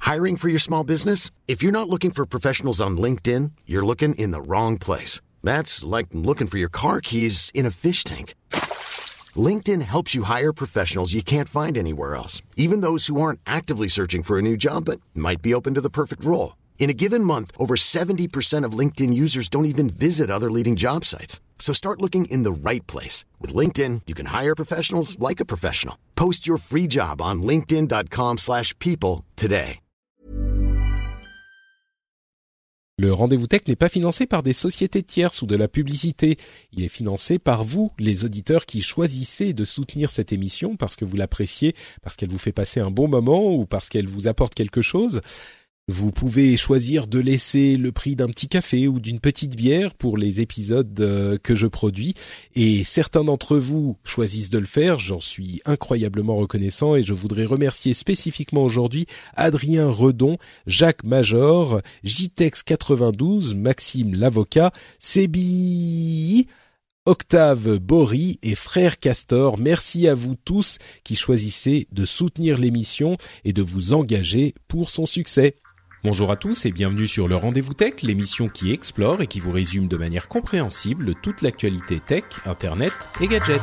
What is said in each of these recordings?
Hiring for your small business? If you're not looking for professionals on LinkedIn, you're looking in the wrong place. That's like looking for your car keys in a fish tank. LinkedIn helps you hire professionals you can't find anywhere else, even those who aren't actively searching for a new job but might be open to the perfect role. In a given month, over 70% of LinkedIn users don't even visit other leading job sites. So start looking in the right place. With LinkedIn, you can hire professionals like a professional. Post your free job on linkedin.com/people today. Le Rendez-vous Tech n'est pas financé par des sociétés tierces ou de la publicité. Il est financé par vous, les auditeurs qui choisissez de soutenir cette émission parce que vous l'appréciez, parce qu'elle vous fait passer un bon moment ou parce qu'elle vous apporte quelque chose. Vous pouvez choisir de laisser le prix d'un petit café ou d'une petite bière pour les épisodes que je produis. Et certains d'entre vous choisissent de le faire. J'en suis incroyablement reconnaissant et je voudrais remercier spécifiquement aujourd'hui Adrien Redon, Jacques Major, JTEX92, Maxime l'avocat, Sébi, Octave Bory et Frère Castor. Merci à vous tous qui choisissez de soutenir l'émission et de vous engager pour son succès. Bonjour à tous et bienvenue sur le Rendez-vous Tech, l'émission qui explore et qui vous résume de manière compréhensible toute l'actualité tech, internet et gadgets.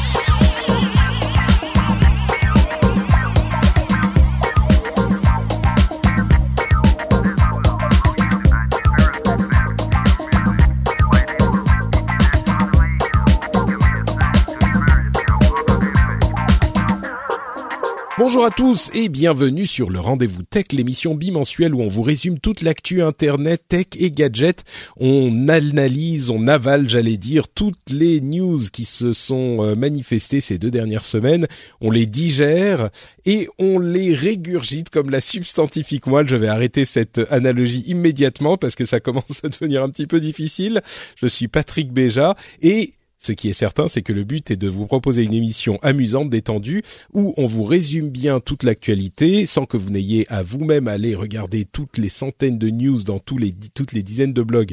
Bonjour à tous et bienvenue sur le Rendez-vous Tech, l'émission bimensuelle où on vous résume toute l'actu internet, tech et gadgets. On analyse, on avale, j'allais dire, toutes les news qui se sont manifestées ces 2 dernières semaines. On les digère et on les régurgite comme la substantifique moelle. Je vais arrêter cette analogie immédiatement parce que ça commence à devenir un petit peu difficile. Je suis Patrick Béja et ce qui est certain, c'est que le but est de vous proposer une émission amusante, détendue, où on vous résume bien toute l'actualité, sans que vous n'ayez à vous-même aller regarder toutes les centaines de news dans toutes les dizaines de blogs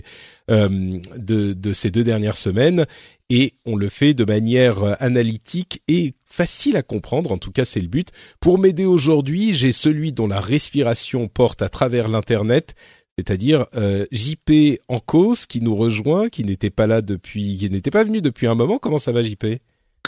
de ces 2 dernières semaines. Et on le fait de manière analytique et facile à comprendre, en tout cas c'est le but. Pour m'aider aujourd'hui, j'ai celui dont la respiration porte à travers l'Internet, c'est-à-dire JP en cause qui nous rejoint, qui n'était pas venu depuis un moment. Comment ça va, JP ?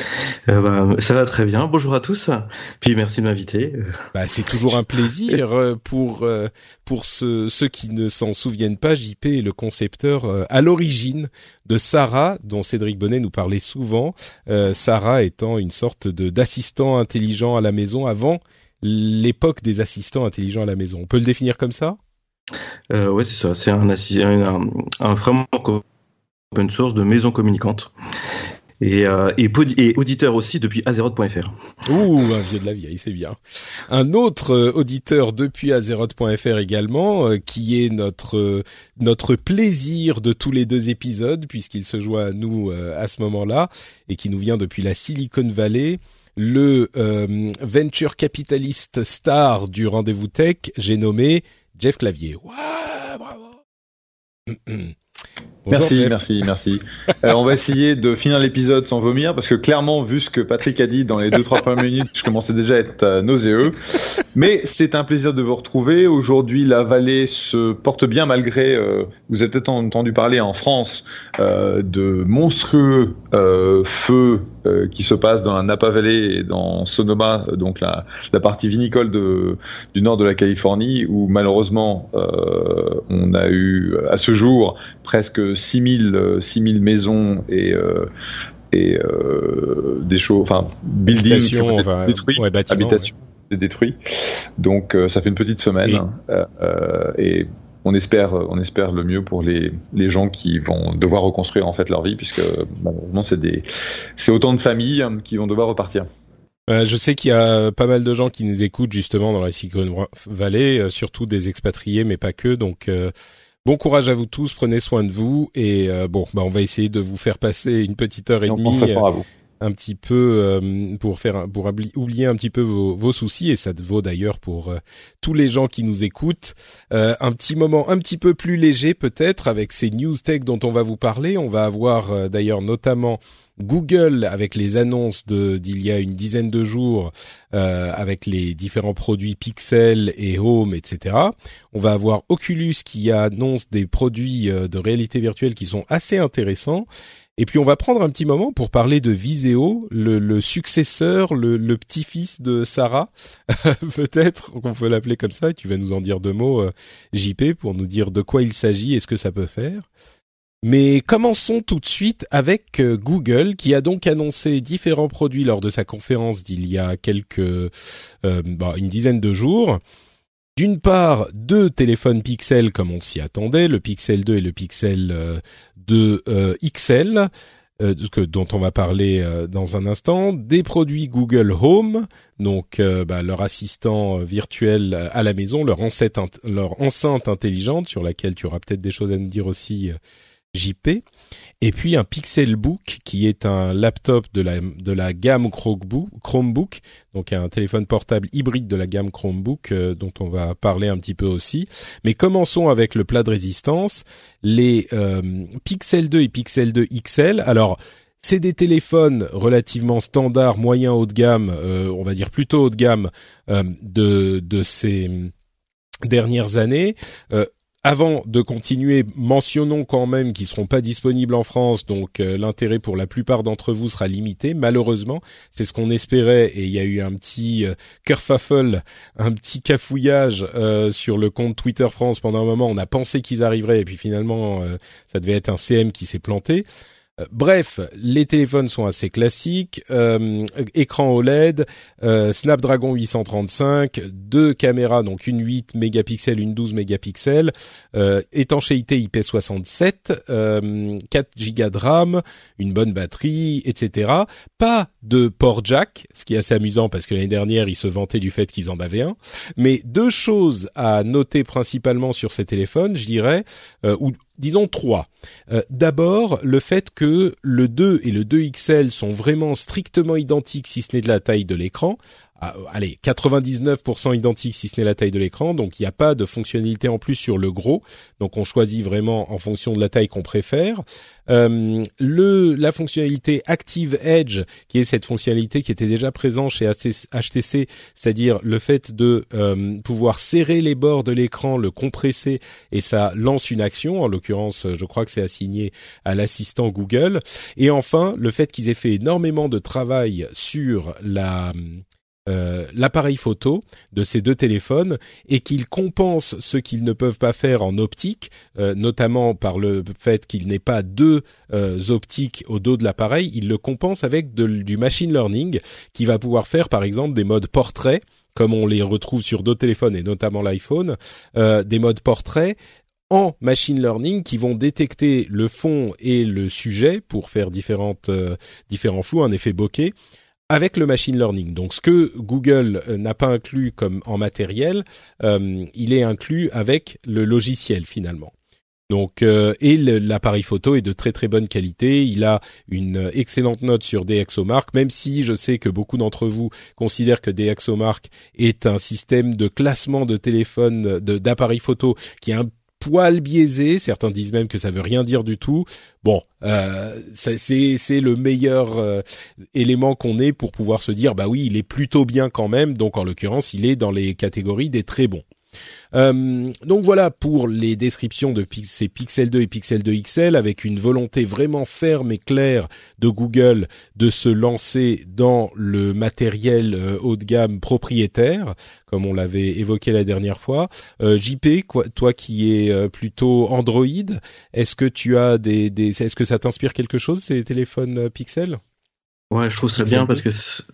Ça va très bien. Bonjour à tous. Puis merci de m'inviter. C'est toujours un plaisir pour ceux qui ne s'en souviennent pas. JP est le concepteur à l'origine de Sarah, dont Cédric Bonnet nous parlait souvent. Sarah étant une sorte d'assistant intelligent à la maison avant l'époque des assistants intelligents à la maison. On peut le définir comme ça ? Ouais, c'est ça. C'est un framework open source de maison communicante et auditeur aussi depuis Azeroth.fr. Ouh, un vieux de la vieille, c'est bien. Un autre auditeur depuis Azeroth.fr également, qui est notre plaisir de tous les 2 épisodes, puisqu'il se joint à nous à ce moment-là, et qui nous vient depuis la Silicon Valley. Le venture capitaliste star du Rendez-vous Tech, j'ai nommé Jeff Clavier. Ouais, bravo. Bonjour, merci. On va essayer de finir l'épisode sans vomir parce que clairement, vu ce que Patrick a dit dans les 2-3 premières minutes, je commençais déjà à être nauséeux. Mais c'est un plaisir de vous retrouver. Aujourd'hui, la vallée se porte bien malgré, vous avez peut-être entendu parler en France de monstrueux feux qui se passent dans la Napa Valley et dans Sonoma, donc la partie vinicole du nord de la Californie, où malheureusement on a eu à ce jour presque 6000 maisons et des choses, enfin buildings détruits, habitations détruits. Donc ça fait une petite semaine et on espère le mieux pour les gens qui vont devoir reconstruire en fait leur vie, puisque malheureusement c'est autant de familles qui vont devoir repartir. Je sais qu'il y a pas mal de gens qui nous écoutent justement dans la Silicon Valley, surtout des expatriés, mais pas que. Donc bon courage à vous tous, prenez soin de vous et on va essayer de vous faire passer une petite heure et demie un petit peu pour oublier un petit peu vos soucis, et ça vaut d'ailleurs pour tous les gens qui nous écoutent. Un petit moment un petit peu plus léger peut-être avec ces news tech dont on va vous parler. On va avoir d'ailleurs notamment Google avec les annonces d'il y a une dizaine de jours avec les différents produits Pixel et Home, etc. On va avoir Oculus qui annonce des produits de réalité virtuelle qui sont assez intéressants. Et puis on va prendre un petit moment pour parler de Vizio, le successeur, le petit-fils de Sarah, peut-être qu'on peut l'appeler comme ça. Tu vas nous en dire deux mots, JP, pour nous dire de quoi il s'agit et ce que ça peut faire. Mais commençons tout de suite avec Google, qui a donc annoncé différents produits lors de sa conférence d'il y a une dizaine de jours. D'une part, 2 téléphones Pixel comme on s'y attendait, le Pixel 2 et le Pixel 2 XL, dont on va parler dans un instant. Des produits Google Home, donc leur assistant virtuel à la maison, leur enceinte intelligente sur laquelle tu auras peut-être des choses à nous dire aussi, JP. Et puis un Pixelbook qui est un laptop de la gamme Chromebook, donc un téléphone portable hybride de la gamme Chromebook dont on va parler un petit peu aussi. Mais commençons avec le plat de résistance, les Pixel 2 et Pixel 2 XL. Alors c'est des téléphones relativement standards, moyen haut de gamme, on va dire plutôt haut de gamme de ces dernières années. Avant de continuer, mentionnons quand même qu'ils seront pas disponibles en France, donc l'intérêt pour la plupart d'entre vous sera limité. Malheureusement, c'est ce qu'on espérait et il y a eu un petit kerfuffle, un petit cafouillage sur le compte Twitter France pendant un moment. On a pensé qu'ils arriveraient et puis finalement, ça devait être un CM qui s'est planté. Bref, les téléphones sont assez classiques, écran OLED, Snapdragon 835, 2 caméras, donc une 8 mégapixels, une 12 mégapixels, étanchéité IP67, 4 Go de RAM, une bonne batterie, etc. Pas de port jack, ce qui est assez amusant parce que l'année dernière, ils se vantaient du fait qu'ils en avaient un. Mais 2 choses à noter principalement sur ces téléphones, je dirais, ou disons 3. D'abord, le fait que le 2 et le 2 XL sont vraiment strictement identiques si ce n'est de la taille de l'écran. Allez, 99% identiques si ce n'est la taille de l'écran, donc il n'y a pas de fonctionnalité en plus sur le gros, donc on choisit vraiment en fonction de la taille qu'on préfère. La fonctionnalité Active Edge, qui est cette fonctionnalité qui était déjà présente chez HTC, c'est-à-dire le fait de pouvoir serrer les bords de l'écran, le compresser et ça lance une action. En l'occurrence, je crois que c'est assigné à l'assistant Google. Et enfin, le fait qu'ils aient fait énormément de travail sur l'appareil photo de ces 2 téléphones et qu'ils compensent ce qu'ils ne peuvent pas faire en optique, notamment par le fait qu'il n'ait pas 2 optiques au dos de l'appareil. Ils le compensent avec du machine learning qui va pouvoir faire par exemple des modes portrait, comme on les retrouve sur d'autres téléphones et notamment l'iPhone, des modes portrait en machine learning qui vont détecter le fond et le sujet pour faire différents flous, un effet bokeh, avec le machine learning. Donc ce que Google n'a pas inclus comme en matériel, il est inclus avec le logiciel finalement. Donc l'appareil photo est de très très bonne qualité. Il a une excellente note sur DxOMark, même si je sais que beaucoup d'entre vous considèrent que DxOMark est un système de classement de téléphone, d'appareil photo qui est un poil biaisé. Certains disent même que ça veut rien dire du tout. Bon, c'est le meilleur élément qu'on ait pour pouvoir se dire bah oui, il est plutôt bien quand même. Donc en l'occurrence, il est dans les catégories des très bons. Donc voilà pour les descriptions de ces Pixel 2 et Pixel 2 XL, avec une volonté vraiment ferme et claire de Google de se lancer dans le matériel haut de gamme propriétaire, comme on l'avait évoqué la dernière fois. JP, toi qui es plutôt Android, est-ce que tu as est-ce que ça t'inspire quelque chose ces téléphones Pixel? Ouais, je trouve ça bien parce que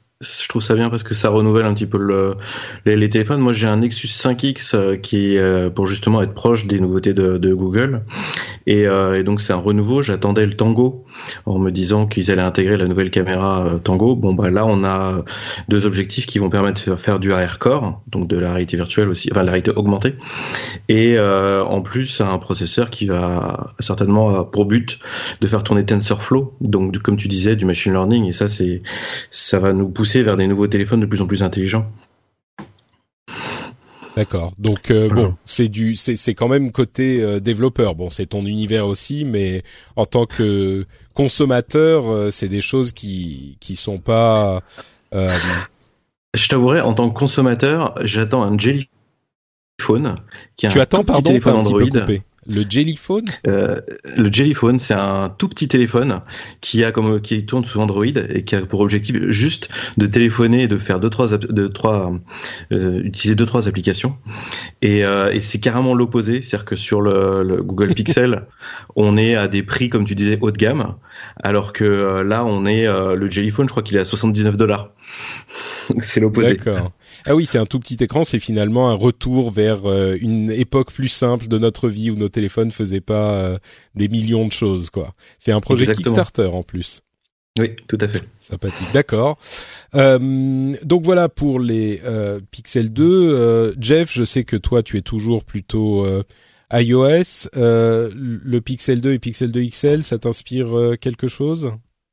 ça renouvelle un petit peu les téléphones. Moi, j'ai un Nexus 5X qui est pour justement être proche des nouveautés de Google. Et donc, c'est un renouveau. J'attendais le Tango en me disant qu'ils allaient intégrer la nouvelle caméra Tango. Bon, bah là, on a 2 objectifs qui vont permettre de faire du AR-Core, donc de la réalité virtuelle aussi, enfin la réalité augmentée. Et en plus, un processeur qui va certainement pour but de faire tourner TensorFlow. Donc, comme tu disais, du machine learning. Et ça va nous pousser vers des nouveaux téléphones de plus en plus intelligents. D'accord. Donc bon, c'est quand même côté développeur. Bon, c'est ton univers aussi, mais en tant que consommateur, c'est des choses qui sont pas. Je t'avouerai, en tant que consommateur, j'attends un Jellyphone qui est tu un attends, tout petit pardon, téléphone un petit Android. peu coupé. Le Jellyphone. Le Jellyphone, c'est un tout petit téléphone qui tourne sous Android et qui a pour objectif juste de téléphoner et de faire utiliser deux trois applications. Et c'est carrément l'opposé, c'est-à-dire que sur le Google Pixel, on est à des prix comme tu disais haut de gamme, alors que là on est le Jellyphone, je crois qu'il est à $79. C'est l'opposé. D'accord. Ah oui, c'est un tout petit écran, c'est finalement un retour vers une époque plus simple de notre vie où nos téléphones faisaient pas des millions de choses, quoi. C'est un projet Exactement. Kickstarter en plus. Oui, tout à fait. Sympathique, d'accord. Donc voilà pour les Pixel 2. Jeff, je sais que toi tu es toujours plutôt iOS. Le Pixel 2 et Pixel 2 XL, ça t'inspire quelque chose ?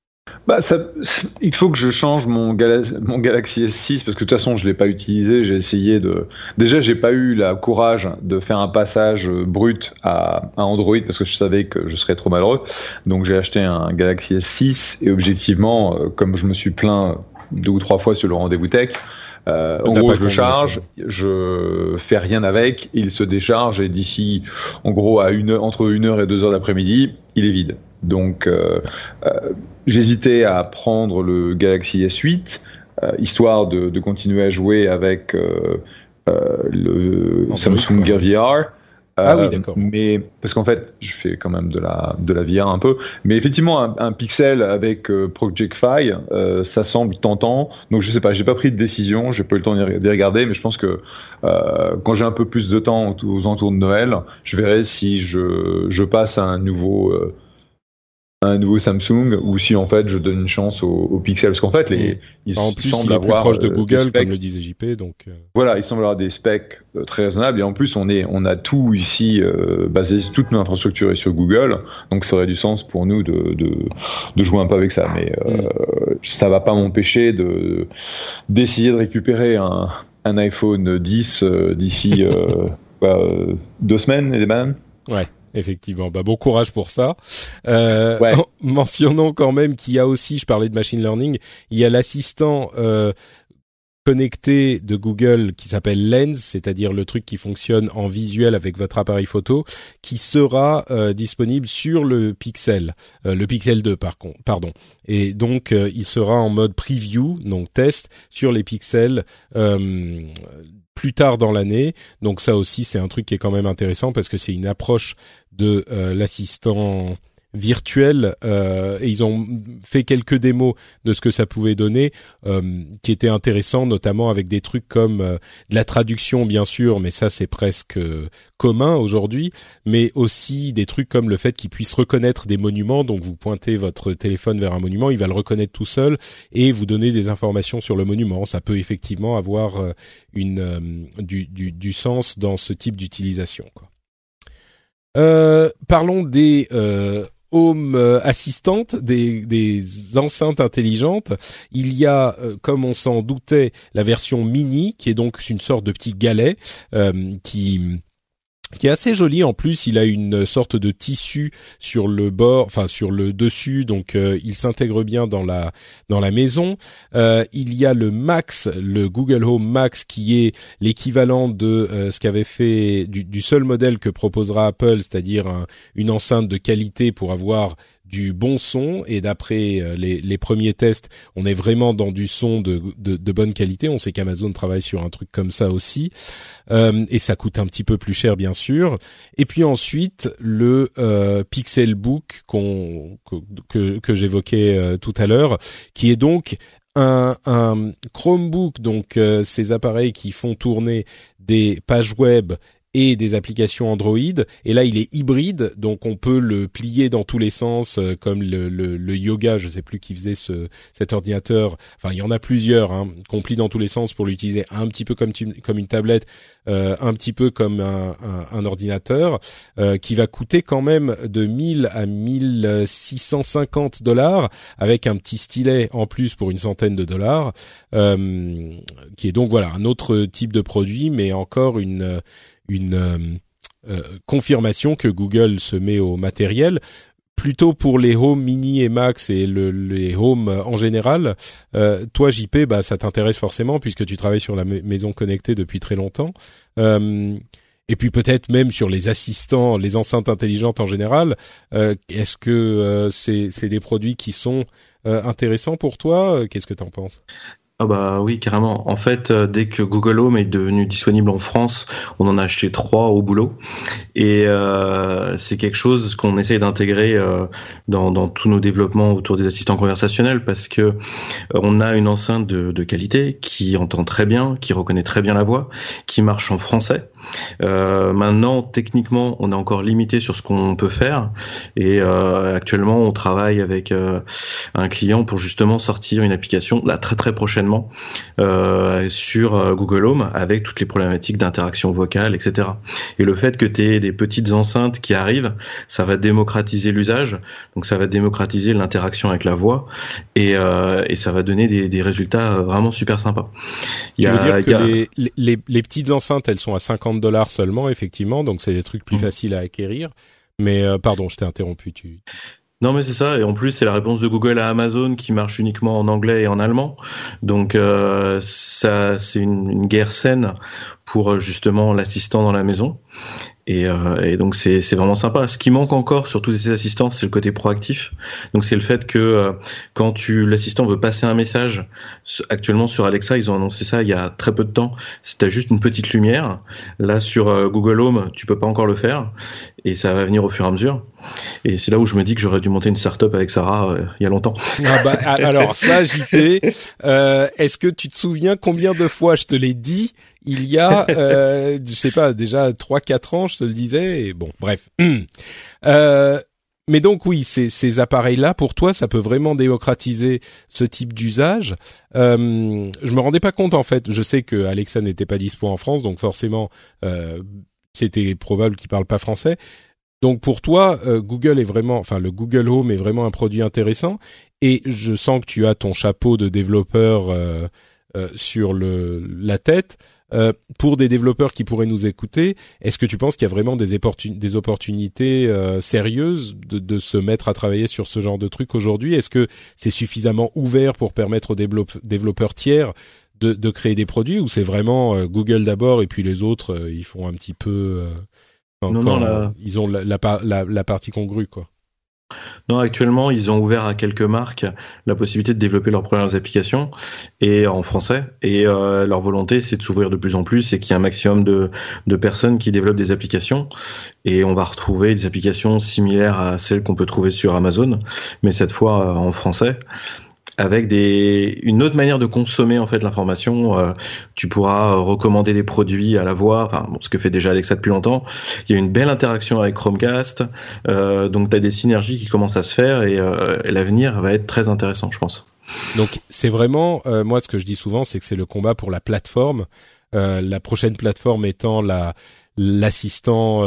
Il faut que je change mon Galaxy S6 parce que de toute façon je l'ai pas utilisé. J'ai essayé déjà j'ai pas eu le courage de faire un passage brut à Android parce que je savais que je serais trop malheureux. Donc j'ai acheté un Galaxy S6 et objectivement, comme je me suis plaint 2 ou 3 fois sur le rendez-vous tech, en gros je le charge, je fais rien avec, il se décharge et d'ici en gros entre 1h et 2h d'après-midi, il est vide. Donc j'hésitais à prendre le Galaxy S8 histoire de continuer à jouer avec le Samsung Gear VR. Ah oui, d'accord. Mais parce qu'en fait, je fais quand même de la VR un peu. Mais effectivement, un Pixel avec Project Fi, ça semble tentant. Donc je sais pas, j'ai pas pris de décision, j'ai pas eu le temps d'y regarder, mais je pense que quand j'ai un peu plus de temps aux alentours de Noël, je verrai si je passe à un nouveau Samsung ou si en fait je donne une chance au Pixel parce qu'en fait ils en plus semblent il est plus avoir proche de Google specs, comme le disait JP, donc voilà, ils semblent avoir des specs très raisonnables et en plus on a tout ici basé, toute notre infrastructure est sur Google, donc ça aurait du sens pour nous de jouer un peu avec ça, mais ça va pas m'empêcher d'essayer de récupérer un iPhone 10 d'ici 2 semaines et des bananes. Ouais. Effectivement, bon courage pour ça. Ouais. Mentionnons quand même qu'il y a aussi, je parlais de machine learning, il y a l'assistant connecté de Google qui s'appelle Lens, c'est-à-dire le truc qui fonctionne en visuel avec votre appareil photo, qui sera disponible sur le Pixel 2 pardon. Et donc il sera en mode preview, donc test sur les Pixels plus tard dans l'année. Donc ça aussi c'est un truc qui est quand même intéressant parce que c'est une approche de l'assistant virtuel et ils ont fait quelques démos de ce que ça pouvait donner qui étaient intéressants, notamment avec des trucs comme de la traduction bien sûr, mais ça c'est presque commun aujourd'hui, mais aussi des trucs comme le fait qu'il puisse reconnaître des monuments. Donc vous pointez votre téléphone vers un monument, il va le reconnaître tout seul et vous donner des informations sur le monument. Ça peut effectivement avoir du sens dans ce type d'utilisation, quoi. Parlons des home assistantes, des enceintes intelligentes. Il y a, comme on s'en doutait, la version mini, qui est donc une sorte de petit galet qui est assez joli. En plus, il a une sorte de tissu sur le bord, enfin sur le dessus, donc il s'intègre bien dans la maison. Il y a le Max, le Google Home Max, qui est l'équivalent de ce qu'avait fait du seul modèle que proposera Apple, c'est-à-dire une enceinte de qualité pour avoir du bon son, et d'après les premiers tests, on est vraiment dans du son de bonne qualité. On sait qu'Amazon travaille sur un truc comme ça aussi, et ça coûte un petit peu plus cher bien sûr. Et puis ensuite le Pixelbook que j'évoquais tout à l'heure, qui est donc un Chromebook, donc ces appareils qui font tourner des pages web et des applications Android. Et là, il est hybride, donc on peut le plier dans tous les sens, comme le Yoga. Je sais plus qui faisait cet ordinateur. Enfin, il y en a plusieurs qu'on plie dans tous les sens pour l'utiliser un petit peu comme une tablette, un petit peu comme un ordinateur, qui va coûter quand même de 1000 à 1650 $, avec un petit stylet en plus pour une centaine de dollars, qui est donc voilà un autre type de produit, mais encore une confirmation que Google se met au matériel plutôt pour les Home Mini et Max et les Home en général. Toi, JP, ça t'intéresse forcément puisque tu travailles sur la maison connectée depuis très longtemps. Et puis peut-être même sur les assistants, les enceintes intelligentes en général. Est-ce que c'est des produits qui sont intéressants pour toi ? Qu'est-ce que t'en penses ? Ah bah oui, carrément. En fait, dès que Google Home est devenu disponible en France, on en a acheté 3 au boulot. Et c'est quelque chose qu'on essaye d'intégrer dans tous nos développements autour des assistants conversationnels, parce que on a une enceinte de qualité qui entend très bien, qui reconnaît très bien la voix, qui marche en français. Maintenant, techniquement, on est encore limité sur ce qu'on peut faire, et actuellement, on travaille avec un client pour justement sortir une application là très très prochainement sur Google Home avec toutes les problématiques d'interaction vocale, etc. Et le fait que tu aies des petites enceintes qui arrivent, ça va démocratiser l'usage, donc ça va démocratiser l'interaction avec la voix, et ça va donner des résultats vraiment super sympas. Tu veux dire que les petites enceintes, elles sont à $50 seulement, effectivement, donc c'est des trucs plus faciles à acquérir. Mais pardon, je t'ai interrompu. Non, mais c'est ça, et en plus c'est la réponse de Google à Amazon qui marche uniquement en anglais et en allemand, donc ça c'est une guerre saine pour justement l'assistant dans la maison. Et donc c'est vraiment sympa. Ce qui manque encore sur tous ces assistants, c'est le côté proactif. Donc c'est le fait que quand l'assistant veut passer un message, actuellement sur Alexa, ils ont annoncé ça il y a très peu de temps. Si t'as juste une petite lumière, là sur Google Home, tu peux pas encore le faire, et ça va venir au fur et à mesure. Et c'est là où je me dis que j'aurais dû monter une start-up avec Sarah il y a longtemps. Alors ça, JP, est-ce que tu te souviens combien de fois je te l'ai dit? Il y a, je sais pas, déjà 3-4 ans, je te le disais, et bon, bref. Mais donc oui, ces appareils-là, pour toi, ça peut vraiment démocratiser ce type d'usage. Je me rendais pas compte, en fait. Je sais que Alexa n'était pas dispo en France, donc forcément, c'était probable qu'il parle pas français. Donc pour toi, Google est vraiment, enfin le Google Home est vraiment un produit intéressant, et je sens que tu as ton chapeau de développeur sur la tête. Pour des développeurs qui pourraient nous écouter, est-ce que tu penses qu'il y a vraiment des opportunités sérieuses de se mettre à travailler sur ce genre de truc aujourd'hui? Est-ce que c'est suffisamment ouvert pour permettre aux développeurs tiers de créer des produits, ou c'est vraiment Google d'abord et puis les autres ils font un petit peu ils ont la partie congrue, quoi? Non, actuellement, ils ont ouvert à quelques marques la possibilité de développer leurs premières applications et en français. Et leur volonté, c'est de s'ouvrir de plus en plus et qu'il y ait un maximum de personnes qui développent des applications. Et on va retrouver des applications similaires à celles qu'on peut trouver sur Amazon, mais cette fois en français, avec une autre manière de consommer en fait l'information. Tu pourras recommander des produits à la voix, enfin ce que fait déjà Alexa depuis longtemps. Il y a une belle interaction avec Chromecast, donc tu as des synergies qui commencent à se faire, et l'avenir va être très intéressant, je pense. Donc c'est vraiment, moi ce que je dis souvent, c'est que c'est le combat pour la plateforme, la prochaine plateforme étant l'assistant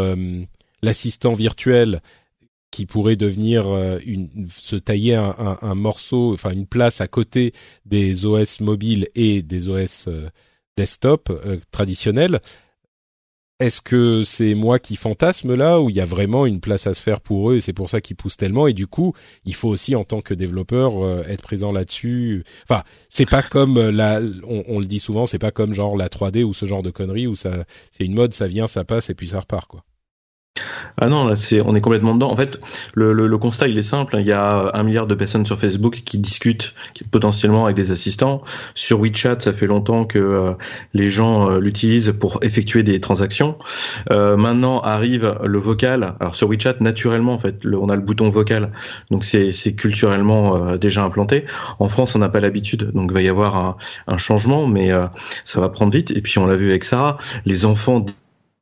virtuel, qui pourrait devenir se tailler un morceau, enfin une place à côté des OS mobiles et des OS desktop traditionnels. Est-ce que c'est moi qui fantasme là, ou il y a vraiment une place à se faire pour eux et c'est pour ça qu'ils poussent tellement, et du coup il faut aussi en tant que développeur être présent là-dessus. Enfin, c'est pas comme on le dit souvent, c'est pas comme genre la 3D ou ce genre de conneries où ça c'est une mode, ça vient, ça passe et puis ça repart, quoi. Ah non, là on est complètement dedans. En fait, le constat il est simple. Il y a 1 milliard de personnes sur Facebook qui discutent potentiellement avec des assistants. Sur WeChat, ça fait longtemps que les gens l'utilisent pour effectuer des transactions. Maintenant arrive le vocal. Alors sur WeChat, naturellement, en fait, on a le bouton vocal, donc c'est culturellement déjà implanté. En France, on n'a pas l'habitude, donc il va y avoir un changement, mais ça va prendre vite. Et puis on l'a vu avec Sarah, les enfants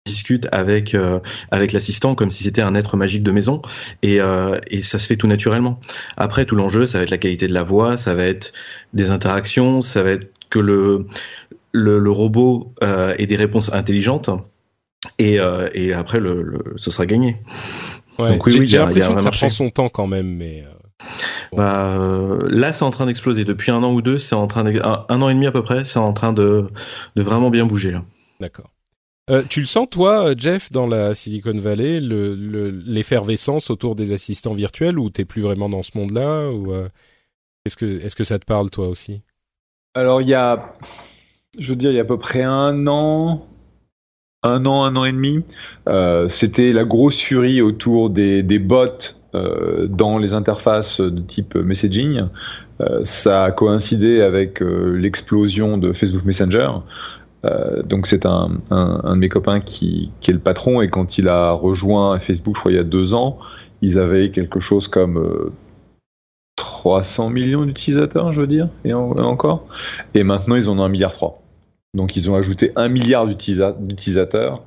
discute avec l'assistant comme si c'était un être magique de maison, et ça se fait tout naturellement. Après, tout l'enjeu, ça va être la qualité de la voix, ça va être des interactions, ça va être que le robot ait des réponses intelligentes, et après ce sera gagné. Ouais, donc, j'ai l'impression que ça prend son temps quand même, mais bon. Là, c'est en train d'exploser. Depuis 1 an ou 2, c'est en train un an et demi à peu près, c'est en train de vraiment bien bouger là. D'accord. Tu le sens, toi, Jeff, dans la Silicon Valley, l'effervescence autour des assistants virtuels, ou t'es plus vraiment dans ce monde-là, ou est-ce que ça te parle, toi aussi? Alors, il y a à peu près 1 an et demi, c'était la grosse furie autour des bots dans les interfaces de type messaging. Ça a coïncidé avec l'explosion de Facebook Messenger. Donc c'est un de mes copains qui est le patron, et quand il a rejoint Facebook, je crois il y a 2 ans, ils avaient quelque chose comme 300 millions d'utilisateurs, je veux dire, et encore. Et maintenant ils en ont 1,3 milliard. Donc ils ont ajouté 1 milliard d'utilisateurs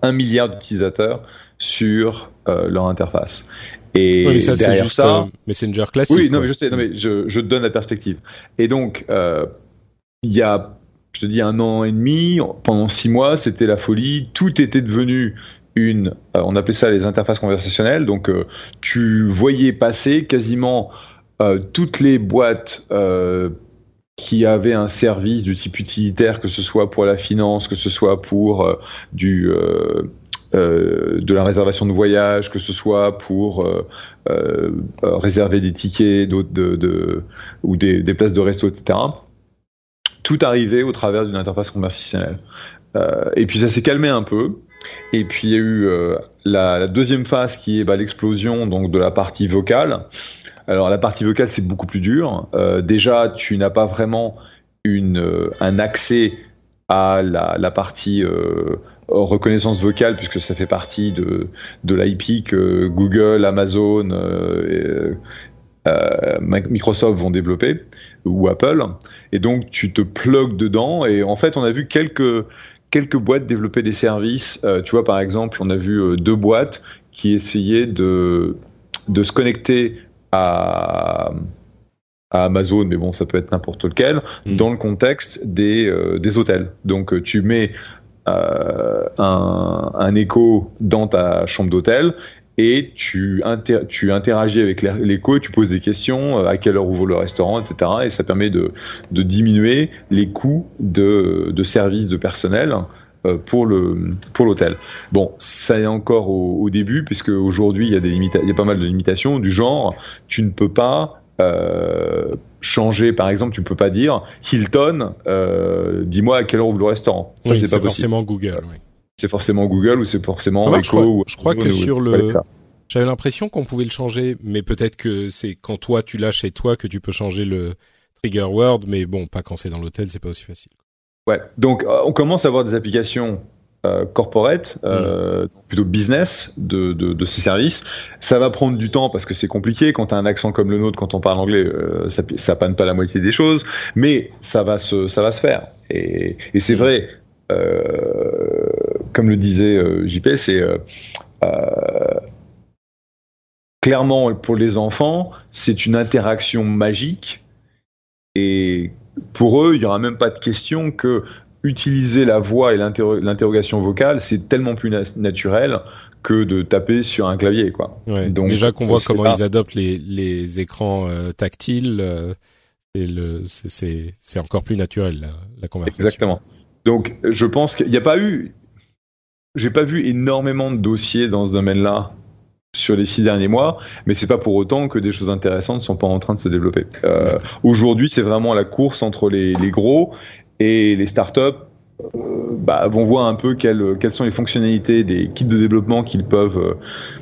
sur leur interface. Et oui, mais ça, derrière c'est juste ça, Messenger classique. Oui, non, mais je sais, non, mais je te donne la perspective. Et donc il y a, je te dis, 1 an et demi, pendant 6 mois, c'était la folie. Tout était devenu on appelait ça les interfaces conversationnelles. Donc, tu voyais passer quasiment toutes les boîtes qui avaient un service du type utilitaire, que ce soit pour la finance, que ce soit pour de la réservation de voyage, que ce soit pour réserver des tickets ou des places de resto, etc. Tout arrivait au travers d'une interface conversationnelle. Et puis ça s'est calmé un peu. Et puis il y a eu la deuxième phase qui est l'explosion donc de la partie vocale. Alors la partie vocale, c'est beaucoup plus dur. Déjà, tu n'as pas vraiment un accès à la partie reconnaissance vocale, puisque ça fait partie de l'IP que Google, Amazon, Microsoft vont développer, ou Apple, et donc tu te plugues dedans. Et en fait, on a vu quelques boîtes développer des services. Tu vois, par exemple, on a vu 2 boîtes qui essayaient de se connecter à Amazon, mais bon, ça peut être n'importe lequel, dans le contexte des hôtels. Donc tu mets un écho dans ta chambre d'hôtel, et tu interagis avec l'écho, et tu poses des questions, à quelle heure ouvre le restaurant, etc. Et ça permet de diminuer les coûts de services de personnel pour l'hôtel. Bon, ça est encore au début, puisque aujourd'hui il y a pas mal de limitations, du genre, tu ne peux pas changer. Par exemple, tu peux pas dire Hilton, dis-moi à quelle heure ouvre le restaurant. Ça, oui, c'est pas forcément Google. Oui. C'est forcément Google, ou c'est forcément Echo. Je crois que sur j'avais l'impression qu'on pouvait le changer, mais peut-être que c'est quand toi tu l'as chez toi que tu peux changer le trigger word, mais bon, pas quand c'est dans l'hôtel, c'est pas aussi facile. Ouais, donc on commence à avoir des applications corporate, plutôt business de ces services. Ça va prendre du temps parce que c'est compliqué. Quand tu as un accent comme le nôtre, quand on parle anglais, ça panne pas la moitié des choses, mais ça va se faire. Et c'est vrai, comme le disait JP, c'est clairement pour les enfants, c'est une interaction magique, et pour eux, il n'y aura même pas de question que utiliser la voix et l'interrogation vocale, c'est tellement plus naturel que de taper sur un clavier, quoi. Ouais, donc, déjà qu'on voit comment ils adoptent les écrans tactiles, c'est encore plus naturel la conversation. Exactement. Donc je pense qu'il n'y a pas eu, j'ai pas vu énormément de dossiers dans ce domaine-là sur les 6 derniers mois, mais c'est pas pour autant que des choses intéressantes ne sont pas en train de se développer. Aujourd'hui, c'est vraiment la course entre les gros, et les startups vont voir un peu quelles sont les fonctionnalités des kits de développement qu'ils peuvent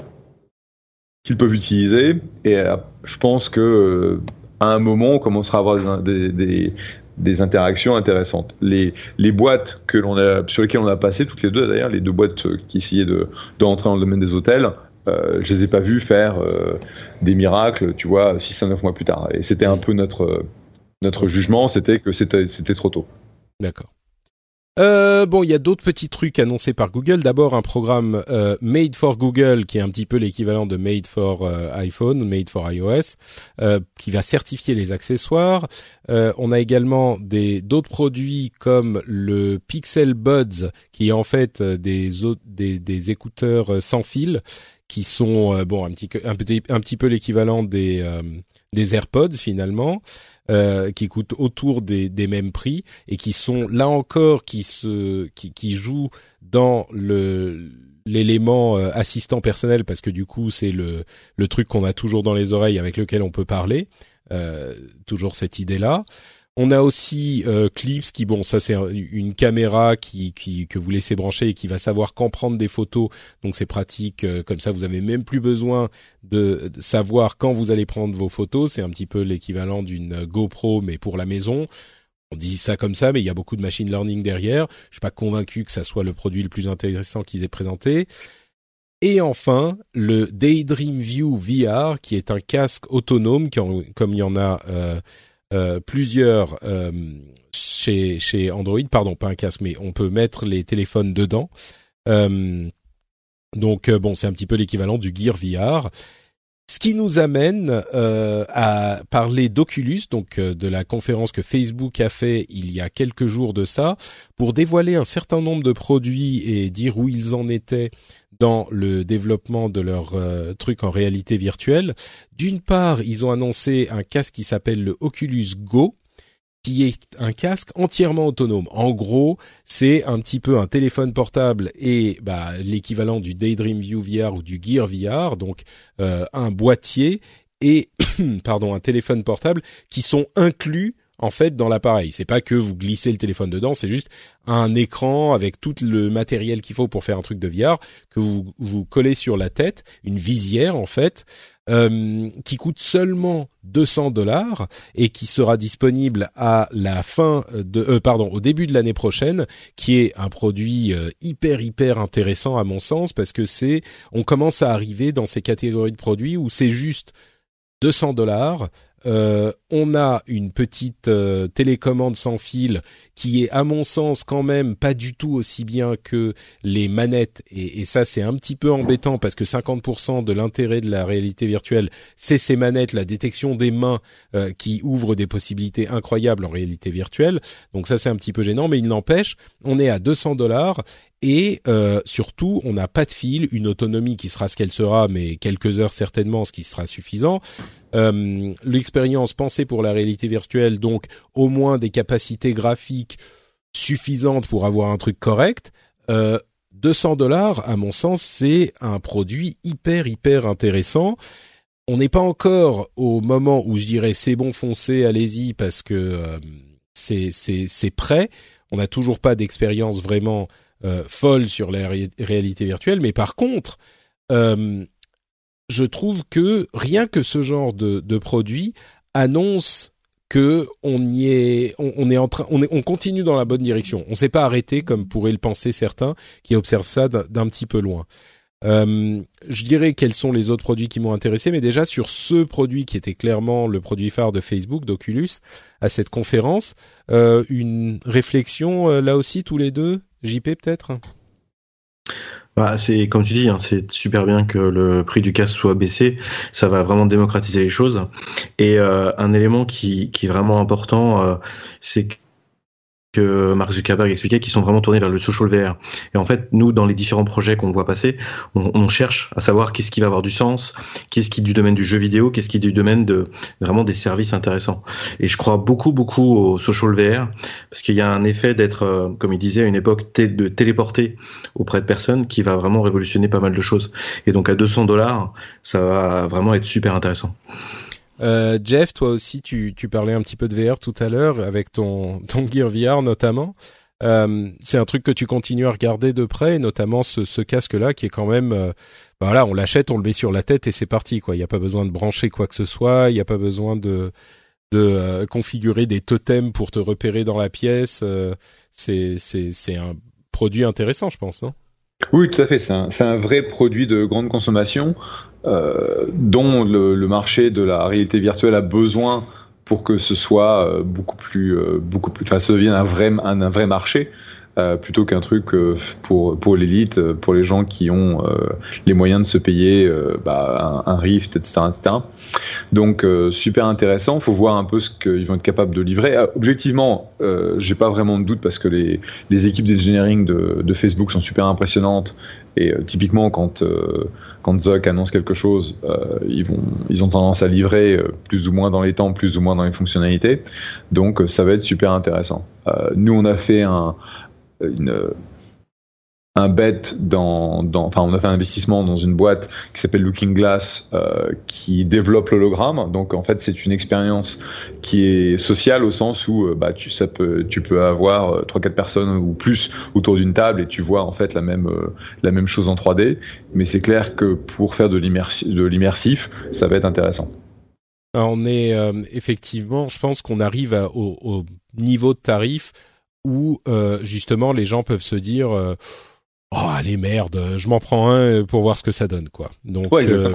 utiliser. Et je pense que à un moment, on commencera à avoir des interactions intéressantes. Les boîtes sur lesquelles on a passé, toutes les deux d'ailleurs, les 2 boîtes qui essayaient de rentrer dans le domaine des hôtels, je les ai pas vues faire des miracles, tu vois, 6 à 9 mois plus tard. Et c'était un peu notre jugement, c'était que c'était trop tôt. D'accord. Bon, il y a d'autres petits trucs annoncés par Google. D'abord, un programme Made for Google, qui est un petit peu l'équivalent de Made for iPhone, Made for iOS, qui va certifier les accessoires. On a également d'autres produits comme le Pixel Buds, qui est en fait des écouteurs sans fil, qui sont un petit peu l'équivalent des AirPods finalement. Qui coûtent autour des mêmes prix et qui sont là encore qui jouent dans l'élément assistant personnel, parce que du coup c'est le truc qu'on a toujours dans les oreilles avec lequel on peut parler, toujours cette idée-là. On a aussi Clips qui, bon, ça c'est une caméra que vous laissez brancher et qui va savoir quand prendre des photos. Donc c'est pratique, comme ça vous avez même plus besoin de savoir quand vous allez prendre vos photos. C'est un petit peu l'équivalent d'une GoPro mais pour la maison. On dit ça comme ça, mais il y a beaucoup de machine learning derrière. Je suis pas convaincu que ça soit le produit le plus intéressant qu'ils aient présenté. Et enfin, le Daydream View VR, qui est un casque autonome, comme il y en a plusieurs chez Android, pardon, pas un casque, mais on peut mettre les téléphones dedans. Donc bon, c'est un petit peu l'équivalent du Gear VR. Ce qui nous amène à parler d'Oculus, donc de la conférence que Facebook a fait il y a quelques jours de ça, pour dévoiler un certain nombre de produits et dire où ils en étaient dans le développement de leur truc en réalité virtuelle. D'une part, ils ont annoncé un casque qui s'appelle le Oculus Go, qui est un casque entièrement autonome. En gros, c'est un petit peu un téléphone portable et l'équivalent du Daydream View VR ou du Gear VR, donc un boîtier et un téléphone portable qui sont inclus en fait dans l'appareil. C'est pas que vous glissez le téléphone dedans, c'est juste un écran avec tout le matériel qu'il faut pour faire un truc de VR que vous collez sur la tête, une visière en fait, qui coûte seulement $200 et qui sera disponible à la fin au début de l'année prochaine, qui est un produit hyper intéressant à mon sens, parce que on commence à arriver dans ces catégories de produits où c'est juste $200. On a une petite télécommande sans fil qui est à mon sens quand même pas du tout aussi bien que les manettes, et ça c'est un petit peu embêtant parce que 50% de l'intérêt de la réalité virtuelle c'est ces manettes, la détection des mains qui ouvre des possibilités incroyables en réalité virtuelle. Donc ça c'est un petit peu gênant, mais il n'empêche, on est à $200 et surtout on n'a pas de fil, une autonomie qui sera ce qu'elle sera, mais quelques heures certainement, ce qui sera suffisant. L'expérience pensée pour la réalité virtuelle, donc au moins des capacités graphiques suffisantes pour avoir un truc correct. $200 à mon sens c'est un produit hyper intéressant. On n'est pas encore au moment où je dirais c'est bon, foncez, allez-y, parce que c'est prêt. On n'a toujours pas d'expérience vraiment folle sur la réalité virtuelle, mais par contre je trouve que rien que ce genre de produit annonce que on continue dans la bonne direction. On s'est pas arrêté comme pourraient le penser certains qui observent ça d'un petit peu loin. Je dirais quels sont les autres produits qui m'ont intéressé, mais déjà sur ce produit qui était clairement le produit phare de Facebook, d'Oculus, à cette conférence, une réflexion là aussi tous les deux, JP peut-être? C'est comme tu dis, c'est super bien que le prix du casque soit baissé. Ça va vraiment démocratiser les choses. Et un élément qui est vraiment important, c'est que Mark Zuckerberg expliquait, qu'ils sont vraiment tournés vers le social VR. Et en fait, nous, dans les différents projets qu'on voit passer, on cherche à savoir qu'est-ce qui va avoir du sens, qu'est-ce qui est du domaine du jeu vidéo, qu'est-ce qui est du domaine de vraiment des services intéressants. Et je crois beaucoup au social VR, parce qu'il y a un effet d'être, comme il disait à une époque, de téléporter auprès de personnes qui va vraiment révolutionner pas mal de choses. Et donc à $200, ça va vraiment être super intéressant. Jeff, toi aussi, tu parlais un petit peu de VR tout à l'heure avec ton Gear VR notamment. C'est un truc que tu continues à regarder de près, notamment ce casque-là qui est quand même, on l'achète, on le met sur la tête et c'est parti, quoi. Il n'y a pas besoin de brancher quoi que ce soit, il n'y a pas besoin de configurer des totems pour te repérer dans la pièce. C'est un produit intéressant, je pense, non? Oui, tout à fait. C'est un vrai produit de grande consommation dont le marché de la réalité virtuelle a besoin pour que ce soit beaucoup plus, enfin, ça devienne un vrai marché. plutôt qu'un truc pour l'élite, pour les gens qui ont les moyens de se payer un Rift, etc., etc. Donc super intéressant. Faut voir un peu ce qu'ils vont être capables de livrer. Objectivement, j'ai pas vraiment de doute parce que les équipes d'engineering de Facebook sont super impressionnantes. Et typiquement, quand Zuck annonce quelque chose, ils ont tendance à livrer plus ou moins dans les temps, plus ou moins dans les fonctionnalités. Donc, ça va être super intéressant. Nous, on a fait un bet on a fait un investissement dans une boîte qui s'appelle Looking Glass, qui développe l'hologramme. Donc en fait, c'est une expérience qui est sociale au sens où tu peux avoir 3-4 personnes ou plus autour d'une table et tu vois en fait la même chose en 3D. Mais c'est clair que pour faire de l'immersif, ça va être intéressant. Alors, on est effectivement, je pense qu'on arrive au niveau de tarif où justement les gens peuvent se dire oh allez merde, je m'en prends un pour voir ce que ça donne quoi. Donc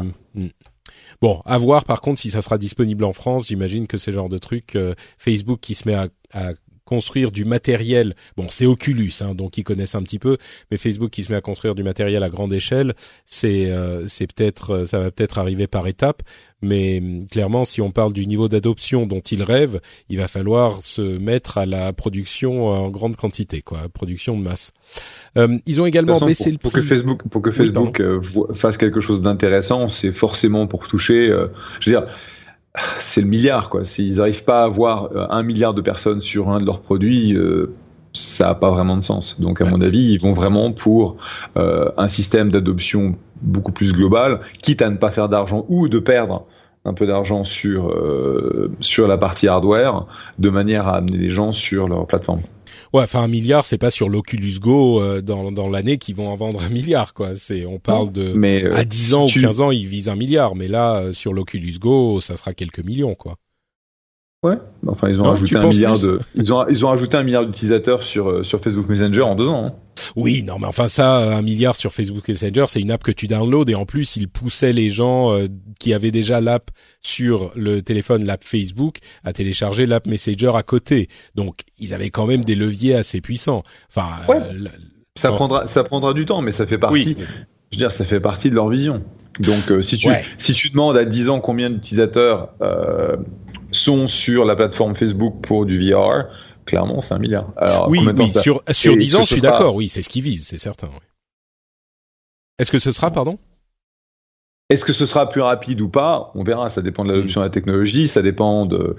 bon, à voir par contre si ça sera disponible en France. J'imagine que c'est le genre de truc Facebook qui se met à construire du matériel. Bon, c'est Oculus, donc ils connaissent un petit peu, mais Facebook qui se met à construire du matériel à grande échelle, c'est peut-être, ça va peut-être arriver par étapes. Mais clairement, si on parle du niveau d'adoption dont ils rêvent, il va falloir se mettre à la production en grande quantité, quoi, production de masse. Ils ont également baissé le prix. Pour que Facebook fasse quelque chose d'intéressant, c'est forcément pour toucher. Je veux dire, c'est le milliard, quoi. S'ils n'arrivent pas à avoir 1 milliard de personnes sur un de leurs produits, ça n'a pas vraiment de sens. Donc, à mon avis, ils vont vraiment pour un système d'adoption beaucoup plus global, quitte à ne pas faire d'argent ou de perdre un peu d'argent sur la partie hardware, de manière à amener les gens sur leur plateforme. Ouais, enfin 1 milliard, c'est pas sur l'Oculus Go dans l'année qu'ils vont en vendre 1 milliard, quoi. On parle à 10 ans ou 15 ans, ils visent 1 milliard, mais là sur l'Oculus Go, ça sera quelques millions, quoi. Ouais, enfin ils ont rajouté 1 milliard ils ont rajouté 1 milliard d'utilisateurs sur Facebook Messenger en 2 ans. Hein. Oui, non mais enfin ça 1 milliard sur Facebook Messenger, c'est une app que tu downloads et en plus ils poussaient les gens qui avaient déjà l'app sur le téléphone, l'app Facebook, à télécharger l'app Messenger à côté. Donc ils avaient quand même des leviers assez puissants. Enfin ça prendra du temps mais ça fait partie je veux dire ça fait partie de leur vision. Donc si tu demandes à 10 ans combien d'utilisateurs sont sur la plateforme Facebook pour du VR, clairement c'est 1 milliard. Alors, sur 10 ans, je suis d'accord, oui, c'est ce qu'ils visent, c'est certain. Oui. Est-ce que ce sera, Est-ce que ce sera plus rapide ou pas ? On verra, ça dépend de l'adoption de la technologie, ça dépend de...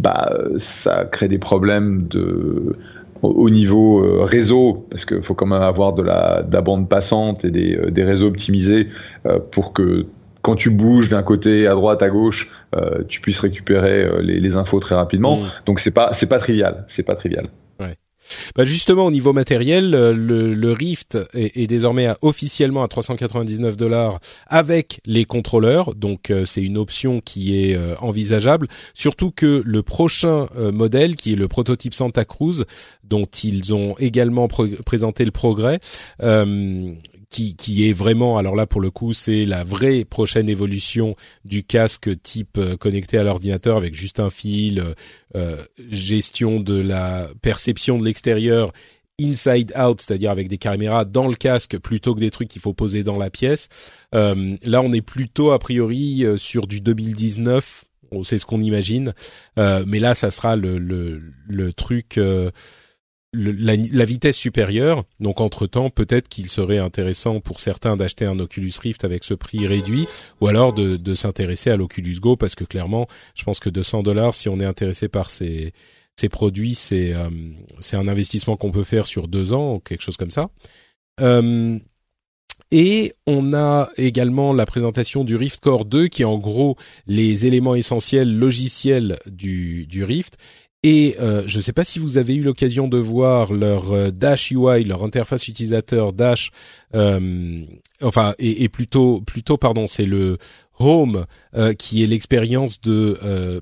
ça crée des problèmes au niveau réseau, parce qu'il faut quand même avoir de la bande passante et des réseaux optimisés pour que quand tu bouges d'un côté à droite, à gauche, tu puisses récupérer les infos très rapidement. Donc c'est pas trivial, Ouais. Bah justement au niveau matériel, le Rift est désormais officiellement à $399 avec les contrôleurs, donc c'est une option qui est envisageable. Surtout que le prochain modèle, qui est le prototype Santa Cruz, dont ils ont également présenté le progrès. Qui est vraiment, alors là pour le coup c'est la vraie prochaine évolution du casque type connecté à l'ordinateur avec juste un fil, gestion de la perception de l'extérieur inside out, c'est-à-dire avec des caméras dans le casque plutôt que des trucs qu'il faut poser dans la pièce. Là on est plutôt a priori sur du 2019, c'est ce qu'on imagine, mais là ça sera le truc... la vitesse supérieure, donc entre-temps, peut-être qu'il serait intéressant pour certains d'acheter un Oculus Rift avec ce prix réduit, ou alors de s'intéresser à l'Oculus Go, parce que clairement, je pense que $200, si on est intéressé par ces produits, c'est un investissement qu'on peut faire sur 2 ans, ou quelque chose comme ça. Et on a également la présentation du Rift Core 2, qui est en gros les éléments essentiels logiciels du Rift. Et je ne sais pas si vous avez eu l'occasion de voir leur Dash UI, leur interface utilisateur Dash, plutôt, c'est le Home qui est l'expérience de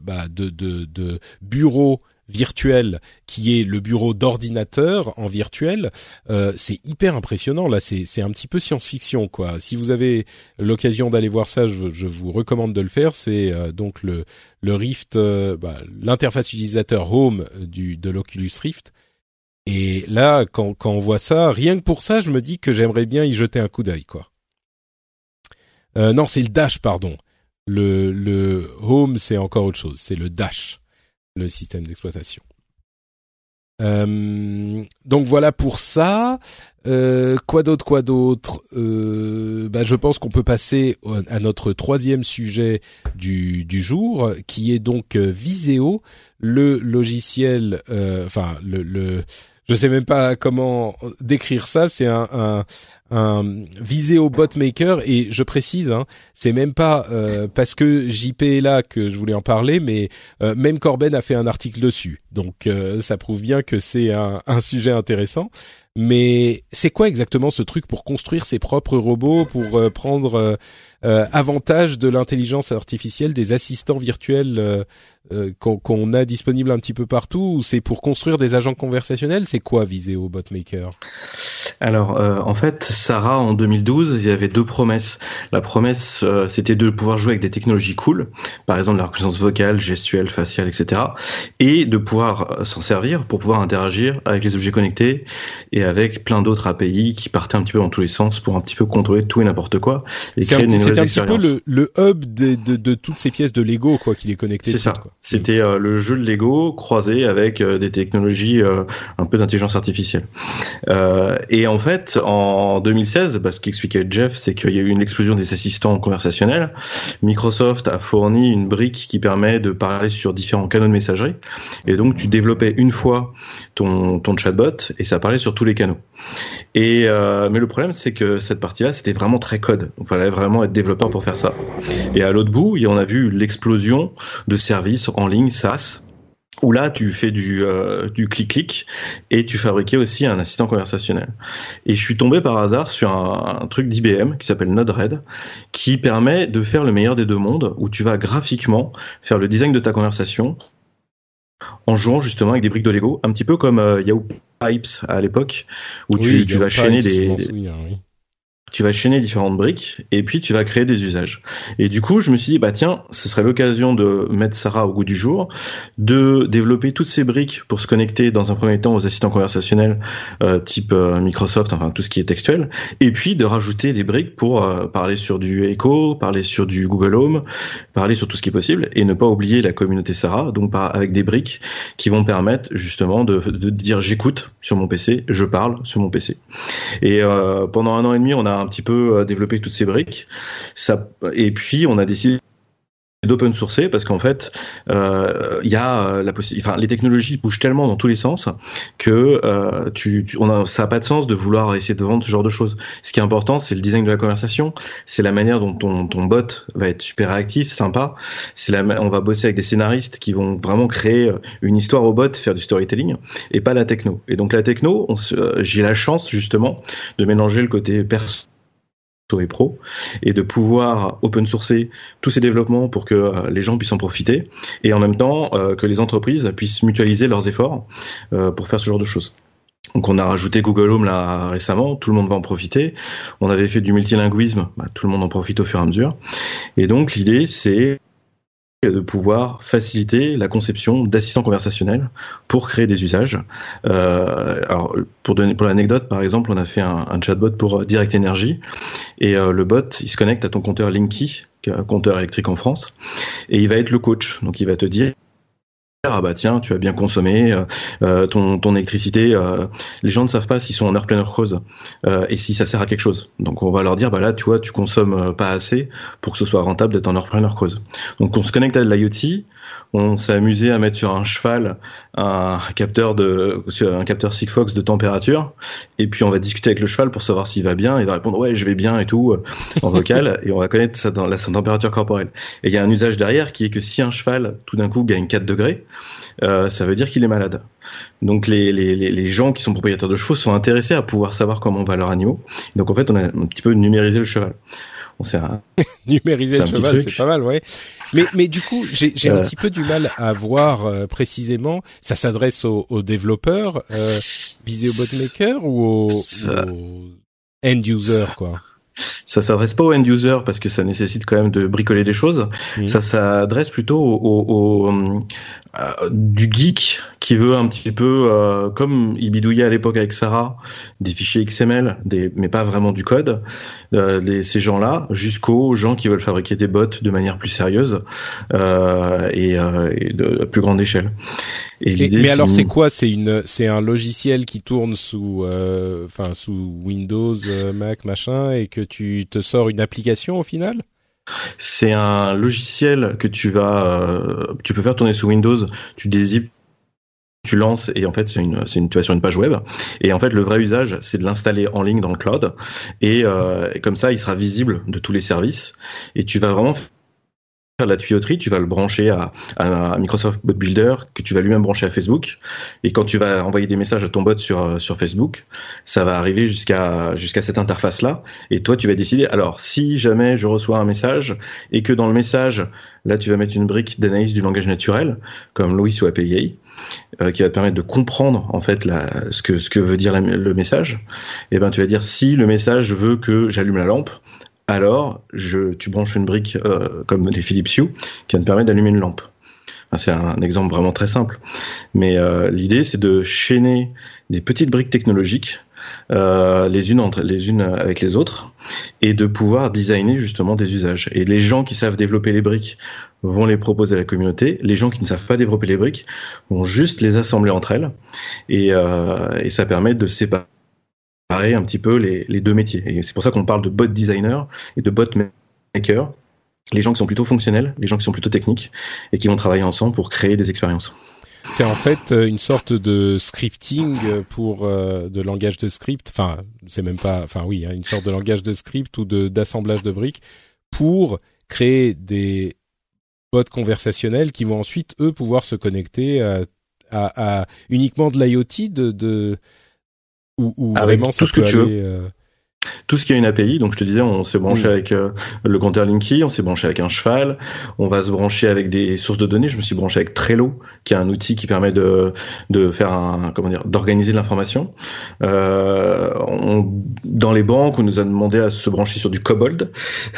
bureau virtuel, qui est le bureau d'ordinateur en virtuel. C'est hyper impressionnant là, c'est un petit peu science-fiction quoi. Si vous avez l'occasion d'aller voir ça, je vous recommande de le faire. C'est donc le Rift, l'interface utilisateur Home de l'Oculus Rift, Et là, quand on voit ça, rien que pour ça, je me dis que j'aimerais bien y jeter un coup d'œil, quoi. Non, c'est le Dash, pardon. Le Home, c'est encore autre chose. C'est le Dash, le système d'exploitation. Donc voilà pour ça. Quoi d'autre je pense qu'on peut passer à notre troisième sujet du jour, qui est donc Viseo, le logiciel, je sais même pas comment décrire ça. C'est un Viseo Bot Maker, et je précise, c'est même pas parce que JP est là que je voulais en parler, mais même Corben a fait un article dessus. Donc ça prouve bien que c'est un sujet intéressant. Mais c'est quoi exactement ce truc pour construire ses propres robots, pour prendre avantage de l'intelligence artificielle, des assistants virtuels qu'on a disponibles un petit peu partout, ou c'est pour construire des agents conversationnels? C'est quoi Viseo Bot Maker? Alors, en fait, Sarah, en 2012, il y avait deux promesses. La promesse, c'était de pouvoir jouer avec des technologies cool, par exemple la reconnaissance vocale, gestuelle, faciale, etc., et de pouvoir s'en servir pour pouvoir interagir avec les objets connectés et avec plein d'autres API qui partaient un petit peu dans tous les sens pour un petit peu contrôler tout et n'importe quoi et créer des nouvelles expériences. C'était un petit peu le hub de toutes ces pièces de Lego, quoi, qui les connectait. C'est ça. Quoi. C'était le jeu de Lego croisé avec des technologies un peu d'intelligence artificielle. Et en fait, en 2016, ce qu'expliquait Jeff, c'est qu'il y a eu une explosion des assistants conversationnels. Microsoft a fourni une brique qui permet de parler sur différents canaux de messagerie. Et donc, tu développais une fois ton chatbot et ça parlait sur tous les canaux. Et mais le problème, c'est que cette partie-là, c'était vraiment très code. Il fallait vraiment être développeur pour faire ça. Et à l'autre bout, on a vu l'explosion de services en ligne SaaS, où là, tu fais du clic-clic et tu fabriquais aussi un assistant conversationnel. Et je suis tombé par hasard sur un truc d'IBM qui s'appelle Node-RED, qui permet de faire le meilleur des deux mondes, où tu vas graphiquement faire le design de ta conversation en jouant justement avec des briques de Lego, un petit peu comme Yahoo Pipes à l'époque, où tu vas chaîner tu vas chaîner différentes briques et puis tu vas créer des usages. Et du coup, je me suis dit, tiens, ce serait l'occasion de mettre Sarah au goût du jour, de développer toutes ces briques pour se connecter dans un premier temps aux assistants conversationnels type Microsoft, enfin tout ce qui est textuel, et puis de rajouter des briques pour parler sur du Echo, parler sur du Google Home, parler sur tout ce qui est possible, et ne pas oublier la communauté Sarah, donc avec des briques qui vont permettre justement de dire j'écoute sur mon PC, je parle sur mon PC. Et pendant 1 an et demi, on a un petit peu développé toutes ces briques. Et puis on a décidé d'open sourcer parce qu'en fait il y a la possibilité, les technologies bougent tellement dans tous les sens que ça a pas de sens de vouloir essayer de vendre ce genre de choses. Ce qui est important, c'est le design de la conversation, c'est la manière dont ton bot va être super réactif, sympa. On va bosser avec des scénaristes qui vont vraiment créer une histoire au bot, faire du storytelling, et pas la techno. Et donc la techno, j'ai la chance justement de mélanger le côté perso et pro, et de pouvoir open sourcer tous ces développements pour que les gens puissent en profiter, et en même temps que les entreprises puissent mutualiser leurs efforts pour faire ce genre de choses. Donc on a rajouté Google Home là récemment, tout le monde va en profiter. On avait fait du multilinguisme, tout le monde en profite au fur et à mesure. Et donc l'idée, c'est de pouvoir faciliter la conception d'assistants conversationnels pour créer des usages. Alors pour l'anecdote, par exemple, on a fait un chatbot pour Direct Energy, et le bot, il se connecte à ton compteur Linky, qui est un compteur électrique en France, et il va être le coach. Donc il va te dire, tiens, tu as bien consommé ton électricité. Les gens ne savent pas s'ils sont en heure pleine, heure creuse, et si ça sert à quelque chose. Donc on va leur dire, là, tu vois, tu consommes pas assez pour que ce soit rentable d'être en heure pleine, heure creuse. Donc on se connecte à de l'IoT. On s'est amusé à mettre sur un cheval un capteur Sigfox de température, et puis on va discuter avec le cheval pour savoir s'il va bien. Il va répondre ouais, je vais bien et tout en vocal, et on va connaître sa température corporelle. Et il y a un usage derrière qui est que si un cheval tout d'un coup gagne 4 degrés, ça veut dire qu'il est malade. Donc les gens qui sont propriétaires de chevaux sont intéressés à pouvoir savoir comment va leurs animaux. Donc en fait, on a un petit peu numérisé le cheval. Numériser le cheval, c'est pas mal, ouais. Mais du coup, j'ai un petit peu du mal à voir précisément. Ça s'adresse aux développeurs, Viseo Bot Maker, ou aux end user, quoi. Ça s'adresse pas au end user parce que ça nécessite quand même de bricoler des choses. Ça s'adresse plutôt du geek qui veut un petit peu, comme il bidouillait à l'époque avec Sarah, des fichiers XML, mais pas vraiment du code. Ces gens-là, jusqu'aux gens qui veulent fabriquer des bots de manière plus sérieuse et de plus grande échelle. Mais alors c'est quoi ? C'est un logiciel qui tourne sous Windows, Mac, machin, et que tu te sors une application au final ? C'est un logiciel que tu peux faire tourner sous Windows. Tu dézippes, tu lances, et en fait tu vas sur une page web. Et en fait le vrai usage, c'est de l'installer en ligne dans le cloud. Et comme ça, il sera visible de tous les services. Et tu vas vraiment faire de la tuyauterie, tu vas le brancher à Microsoft Bot Builder, que tu vas lui-même brancher à Facebook, et quand tu vas envoyer des messages à ton bot sur Facebook, ça va arriver jusqu'à cette interface-là, et toi tu vas décider, alors si jamais je reçois un message, et que dans le message, là tu vas mettre une brique d'analyse du langage naturel, comme Lois ou API, qui va te permettre de comprendre en fait ce que veut dire le message, et ben tu vas dire si le message veut que j'allume la lampe, alors tu branches une brique comme les Philips Hue qui va te permettre d'allumer une lampe. Enfin, c'est un exemple vraiment très simple. Mais l'idée, c'est de chaîner des petites briques technologiques les unes avec les autres et de pouvoir designer justement des usages. Et les gens qui savent développer les briques vont les proposer à la communauté. Les gens qui ne savent pas développer les briques vont juste les assembler entre elles. Et ça permet de séparer un petit peu les deux métiers. Et c'est pour ça qu'on parle de bot designer et de bot maker. Les gens qui sont plutôt fonctionnels, les gens qui sont plutôt techniques et qui vont travailler ensemble pour créer des expériences. C'est en fait une sorte de scripting pour de langage de script. Enfin, c'est même pas. Enfin, oui, hein, une sorte de langage de script ou d'assemblage de briques pour créer des bots conversationnels qui vont ensuite eux pouvoir se connecter à uniquement de l'IoT ou vraiment tout ce que tu veux. Tout ce qui a une API, donc je te disais, on s'est branché avec le compteur Linky, on s'est branché avec un cheval, on va se brancher avec des sources de données. Je me suis branché avec Trello, qui est un outil qui permet de faire d'organiser l'information. Dans les banques, on nous a demandé à se brancher sur du Cobol.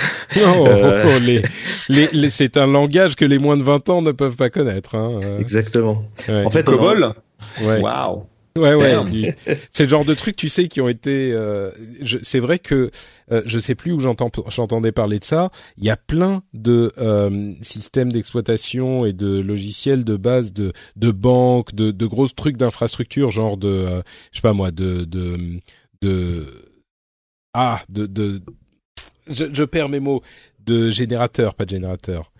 C'est un langage que les moins de 20 ans ne peuvent pas connaître. Hein. Exactement. Ouais. En fait, Cobol. Ouais. Waouh. Ouais. C'est le genre de truc, tu sais, qui ont été. C'est vrai que je sais plus où j'entendais parler de ça. Il y a plein de systèmes d'exploitation et de logiciels de base de banques, de gros trucs d'infrastructure, genre je sais pas moi, je perds mes mots, de générateur, pas de générateur,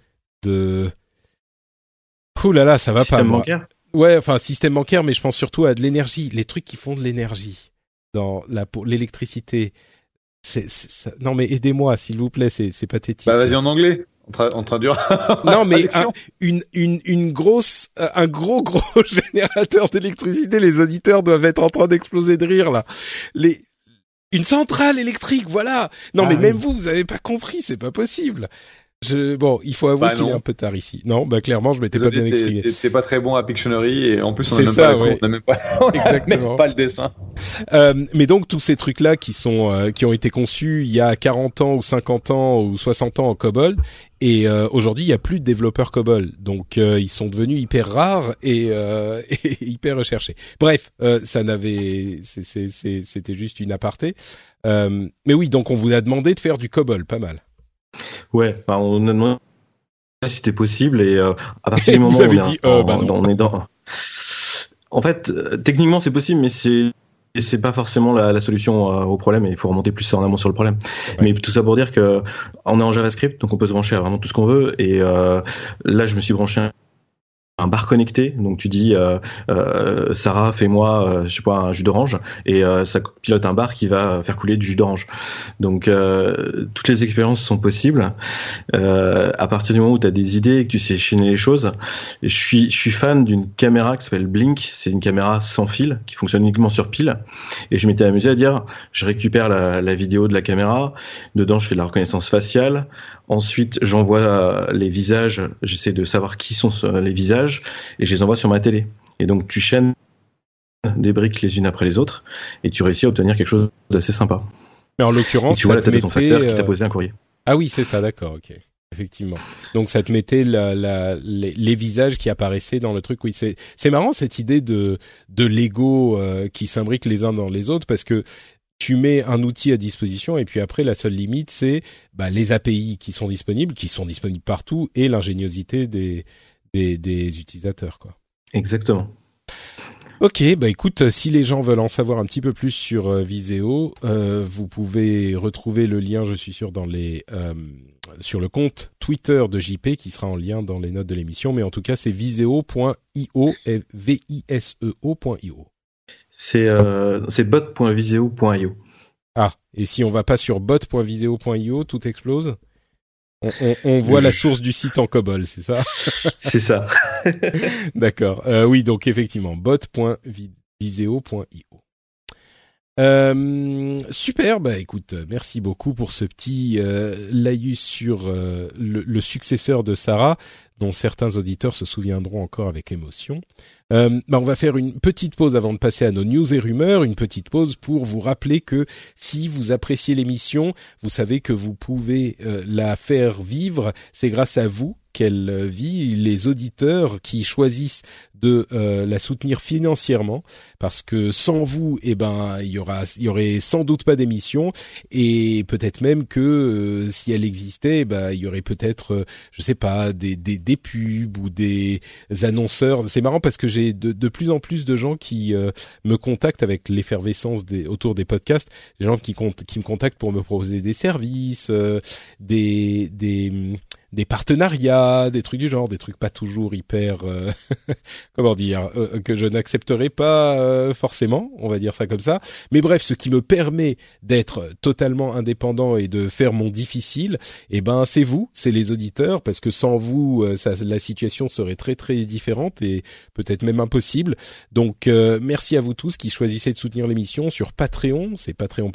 ouh là là, ça va pas. Bancaire. Ouais, enfin système bancaire, mais je pense surtout à de l'énergie, les trucs qui font de l'énergie pour l'électricité. Non mais aidez-moi s'il vous plaît, c'est pathétique. Bah vas-y en anglais, on traduira. Non mais un gros générateur d'électricité, les auditeurs doivent être en train d'exploser de rire là. Une centrale électrique, voilà. Non mais même vous avez pas compris, c'est pas possible. Il faut avouer qu'il est un peu tard ici. Non, clairement, je m'étais pas bien exprimé. T'es pas très bon à Pictionary et en plus on n'a même pas le dessin. Mais donc tous ces trucs-là qui ont été conçus il y a 40 ans ou 50 ans ou 60 ans en COBOL et aujourd'hui il y a plus de développeurs COBOL. Donc ils sont devenus hyper rares et hyper recherchés. Bref, c'était juste une aparté. Mais oui, donc on vous a demandé de faire du COBOL, pas mal. Ouais, on a demandé si c'était possible et à partir du moment où on est dans. En fait, techniquement c'est possible, mais c'est pas forcément la solution au problème et il faut remonter plus en amont sur le problème. Ouais. Mais tout ça pour dire que on est en JavaScript, donc on peut se brancher à vraiment tout ce qu'on veut et là je me suis branché un bar connecté, donc tu dis Sarah fais-moi je sais pas un jus d'orange et ça pilote un bar qui va faire couler du jus d'orange. Donc toutes les expériences sont possibles à partir du moment où tu as des idées et que tu sais chaîner les choses. Et je suis fan d'une caméra qui s'appelle Blink, c'est une caméra sans fil qui fonctionne uniquement sur pile et je m'étais amusé à dire je récupère la vidéo de la caméra, dedans je fais de la reconnaissance faciale, ensuite j'envoie les visages, j'essaie de savoir qui sont les visages et je les envoie sur ma télé. Et donc tu chaînes des briques les unes après les autres et tu réussis à obtenir quelque chose d'assez sympa. Mais en l'occurrence, tu vois la ça te tête de ton mettait, facteur qui t'a posé un courrier. Ah oui, c'est ça, d'accord, ok. Effectivement. Donc ça te mettait les visages qui apparaissaient dans le truc. Oui, c'est marrant cette idée de Lego qui s'imbriquent les uns dans les autres, parce que tu mets un outil à disposition et puis après la seule limite c'est les API qui sont disponibles partout, et l'ingéniosité des utilisateurs, quoi. Exactement. Ok, écoute, si les gens veulent en savoir un petit peu plus sur Viséo, vous pouvez retrouver le lien, je suis sûr, sur le compte Twitter de JP, qui sera en lien dans les notes de l'émission, mais en tout cas c'est viseo.io, viseo.io. C'est bot.viseo.io. Ah, et si on va pas sur bot.viseo.io, tout explose? On voit la source du site en COBOL, c'est ça? C'est ça. D'accord. Oui, donc effectivement, bot.viseo.io. Super, écoute, merci beaucoup pour ce petit laïus sur le successeur de Sarah, dont certains auditeurs se souviendront encore avec émotion. On va faire une petite pause avant de passer à nos news et rumeurs, une petite pause pour vous rappeler que si vous appréciez l'émission, vous savez que vous pouvez la faire vivre, c'est grâce à vous qu'elle vit, les auditeurs qui choisissent de la soutenir financièrement, parce que sans vous, il y aurait sans doute pas d'émission, et peut-être même que si elle existait, il y aurait peut-être je sais pas des pubs ou des annonceurs. C'est marrant parce que j'ai de plus en plus de gens qui me contactent avec l'effervescence autour des podcasts, des gens qui me contactent pour me proposer des services, des partenariats, des trucs du genre, des trucs pas toujours hyper comment dire, que je n'accepterai pas forcément, on va dire ça comme ça. Mais bref, ce qui me permet d'être totalement indépendant et de faire mon difficile, c'est vous, c'est les auditeurs, parce que sans vous, la situation serait très très différente et peut-être même impossible. Donc merci à vous tous qui choisissez de soutenir l'émission sur Patreon, c'est Patreon.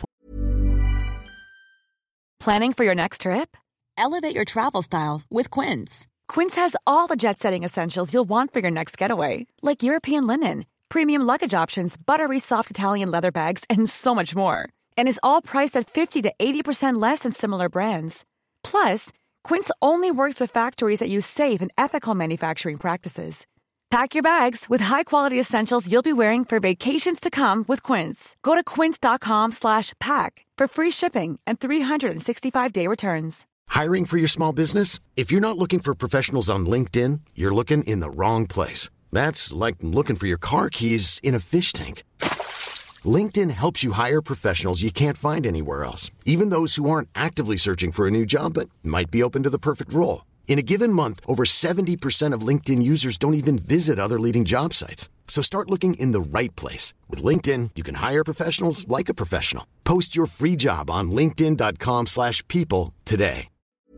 Planning for your next trip? Elevate your travel style with Quince. Quince has all the jet-setting essentials you'll want for your next getaway, like European linen, premium luggage options, buttery soft Italian leather bags, and so much more. And is all priced at 50 to 80% less than similar brands. Plus, Quince only works with factories that use safe and ethical manufacturing practices. Pack your bags with high-quality essentials you'll be wearing for vacations to come with Quince. Go to quince.com/pack for free shipping and 365-day returns. Hiring for your small business? If you're not looking for professionals on LinkedIn, you're looking in the wrong place. That's like looking for your car keys in a fish tank. LinkedIn helps you hire professionals you can't find anywhere else, even those who aren't actively searching for a new job but might be open to the perfect role. In a given month, over 70% of LinkedIn users don't even visit other leading job sites. So start looking in the right place. With LinkedIn, you can hire professionals like a professional. Post your free job on linkedin.com/people today.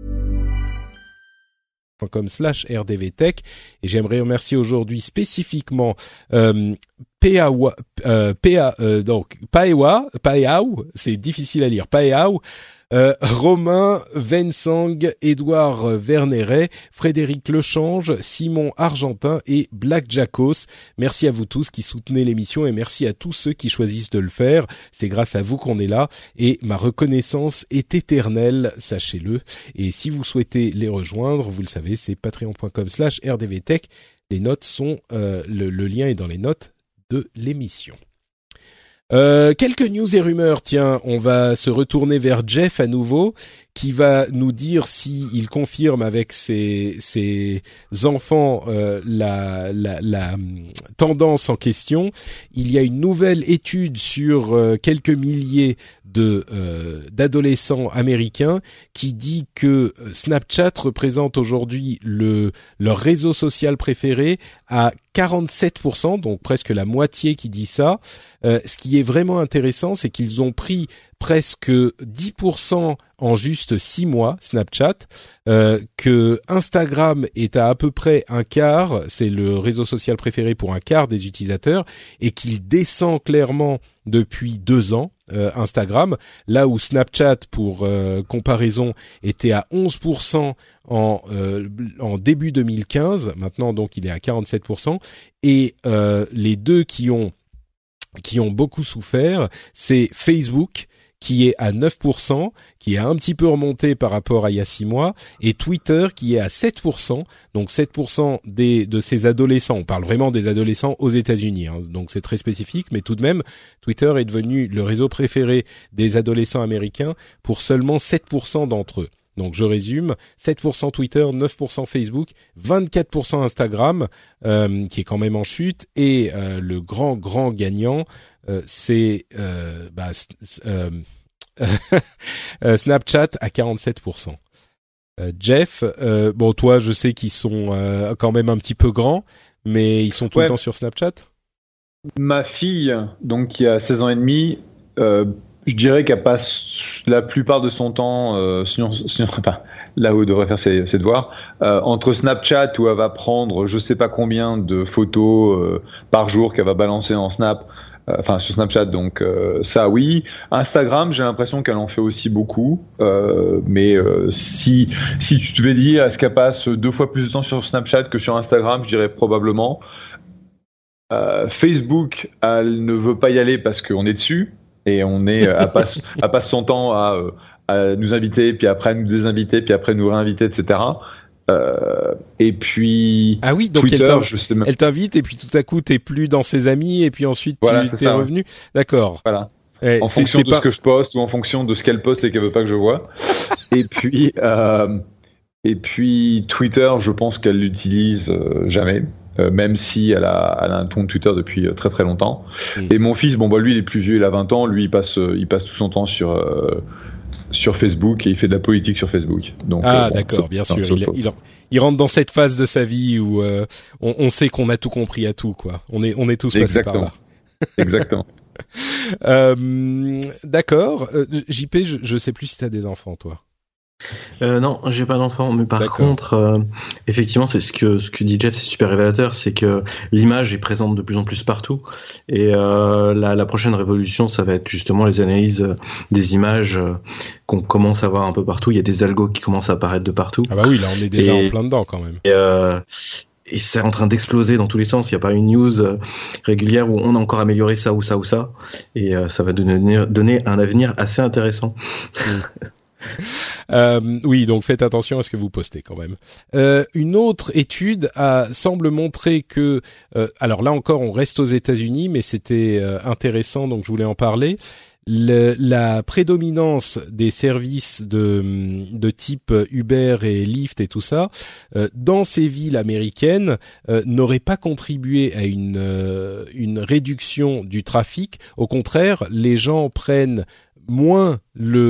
.com/rdvtech, et j'aimerais remercier aujourd'hui spécifiquement Paeawa, c'est difficile à lire, Paeaw, Romain Vensang, Édouard Verneret, Frédéric Lechange, Simon Argentin et Black Jackos. Merci à vous tous qui soutenez l'émission et merci à tous ceux qui choisissent de le faire. C'est grâce à vous qu'on est là et ma reconnaissance est éternelle, sachez-le. Et si vous souhaitez les rejoindre, vous le savez, c'est patreon.com/rdvtech. Les notes sont, le lien est dans les notes de l'émission. Quelques news et rumeurs. Tiens, on va se retourner vers Jeff à nouveau, qui va nous dire si il confirme avec ses enfants la tendance en question. Il y a une nouvelle étude sur quelques milliers d'adolescents américains qui dit que Snapchat représente aujourd'hui leur réseau social préféré à 47%, donc presque la moitié qui dit ça. Ce qui est vraiment intéressant, c'est qu'ils ont pris presque 10% en juste 6 mois, Snapchat, que Instagram est à peu près un quart, c'est le réseau social préféré pour un quart des utilisateurs, et qu'il descend clairement depuis 2 ans, Instagram, là où Snapchat, pour comparaison, était à 11% en début 2015, maintenant donc il est à 47%, et les deux qui ont beaucoup souffert, c'est Facebook, qui est à 9%, qui est un petit peu remonté par rapport à il y a 6 mois, et Twitter qui est à 7%, donc 7% de ces adolescents, on parle vraiment des adolescents aux États-Unis, hein, donc c'est très spécifique, mais tout de même, Twitter est devenu le réseau préféré des adolescents américains pour seulement 7% d'entre eux. Donc je résume, 7% Twitter, 9% Facebook, 24% Instagram, qui est quand même en chute, et le grand gagnant, c'est Snapchat à 47%. Jeff, bon toi je sais qu'ils sont quand même un petit peu grands, mais ils sont tout le temps sur Snapchat. Ma fille, donc qui a 16 ans et demi, je dirais qu'elle passe la plupart de son temps, là où elle devrait faire ses devoirs, entre Snapchat où elle va prendre je sais pas combien de photos par jour qu'elle va balancer en Snap, sur Snapchat, donc ça oui. Instagram, j'ai l'impression qu'elle en fait aussi beaucoup, mais si tu devais dire est-ce qu'elle passe 2 fois plus de temps sur Snapchat que sur Instagram, je dirais probablement. Facebook, elle ne veut pas y aller parce qu'on est dessus. Et elle passe son temps à nous inviter, puis après à nous désinviter, puis après nous réinviter, etc. Et puis ah oui, donc Twitter, elle t'invite et puis tout à coup t'es plus dans ses amis et puis ensuite tu t'es revenu. D'accord. Voilà. En fonction de ce que je poste ou en fonction de ce qu'elle poste et qu'elle veut pas que je vois. Et puis Twitter, je pense qu'elle l'utilise jamais. Même si elle a un compte Twitter depuis très très longtemps. Et mon fils, lui il est plus vieux, il a 20 ans, lui il passe tout son temps sur Facebook et il fait de la politique sur Facebook. Donc, d'accord, bien sûr. Il rentre dans cette phase de sa vie où on sait qu'on a tout compris à tout, quoi. On est tous passés par là. Exactement. D'accord. JP, je sais plus si t'as des enfants, toi. Non, j'ai pas d'enfant, mais par contre, effectivement, c'est ce que dit Jeff, c'est super révélateur, c'est que l'image est présente de plus en plus partout, et la prochaine révolution, ça va être justement les analyses des images qu'on commence à voir un peu partout. Il y a des algos qui commencent à apparaître de partout. Ah bah oui, là on est déjà en plein dedans quand même. Et c'est en train d'exploser dans tous les sens. Il n'y a pas une news régulière où on a encore amélioré ça ou ça ou ça, et ça va donner un avenir assez intéressant. Oui, donc faites attention à ce que vous postez quand même. Une autre étude semble montrer que, alors là encore, on reste aux États-Unis, mais c'était intéressant, donc je voulais en parler. La prédominance des services de type Uber et Lyft et tout ça dans ces villes américaines n'aurait pas contribué à une réduction du trafic. Au contraire, les gens prennent moins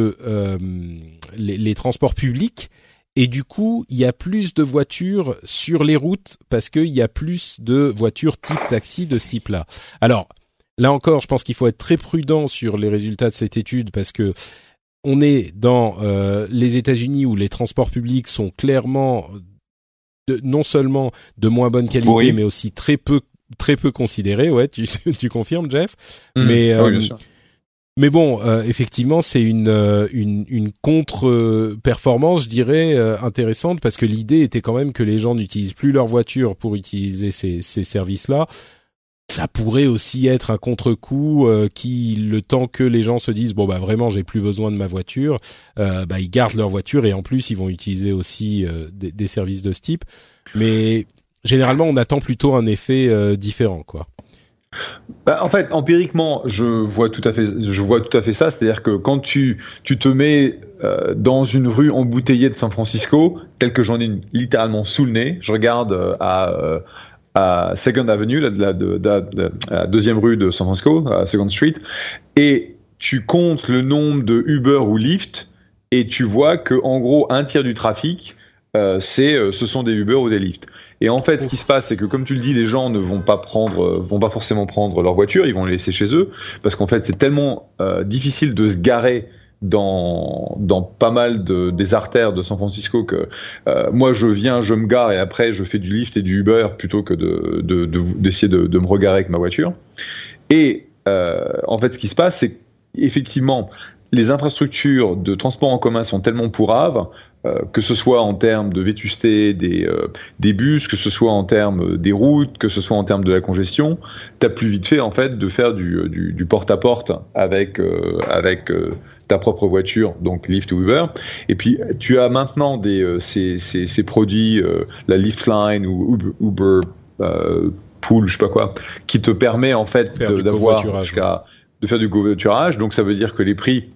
les transports publics et du coup il y a plus de voitures sur les routes parce qu'il y a plus de voitures type taxi de ce type-là. Alors là encore, je pense qu'il faut être très prudent sur les résultats de cette étude parce que on est dans les États-Unis où les transports publics sont clairement non seulement de moins bonne qualité mais aussi très peu considérés. Ouais, tu confirmes, Jeff? Oui, bien sûr. Mais bon, effectivement, c'est une contre-performance, je dirais, intéressante, parce que l'idée était quand même que les gens n'utilisent plus leur voiture pour utiliser ces services-là. Ça pourrait aussi être un contre-coup qui, le temps que les gens se disent vraiment j'ai plus besoin de ma voiture, ils gardent leur voiture et en plus ils vont utiliser aussi des services de ce type. Mais généralement, on attend plutôt un effet différent, quoi. En fait, empiriquement, je vois tout à fait ça. C'est-à-dire que quand tu te mets dans une rue embouteillée de San Francisco, telle que j'en ai littéralement sous le nez, je regarde à Second Avenue, la deuxième rue de San Francisco, à Second Street, et tu comptes le nombre de Uber ou Lyft, et tu vois que en gros un tiers du trafic, ce sont des Uber ou des Lyft. Et en fait, ce qui se passe, c'est que comme tu le dis, les gens ne vont pas forcément prendre leur voiture, ils vont les laisser chez eux, parce qu'en fait, c'est tellement difficile de se garer dans pas mal des artères de San Francisco que moi je me gare et après je fais du Lyft et du Uber plutôt que d'essayer de me regarer avec ma voiture. Et en fait, ce qui se passe, c'est qu'effectivement, les infrastructures de transport en commun sont tellement pourraves, que ce soit en termes de vétusté des bus, que ce soit en termes des routes, que ce soit en termes de la congestion, t'as plus vite fait en fait de faire du porte-à-porte avec ta propre voiture, donc Lyft ou Uber. Et puis tu as maintenant ces produits, la Lyftline ou Uber Pool, je sais pas quoi, qui te permet en fait de faire du covoiturage. Donc ça veut dire que les prix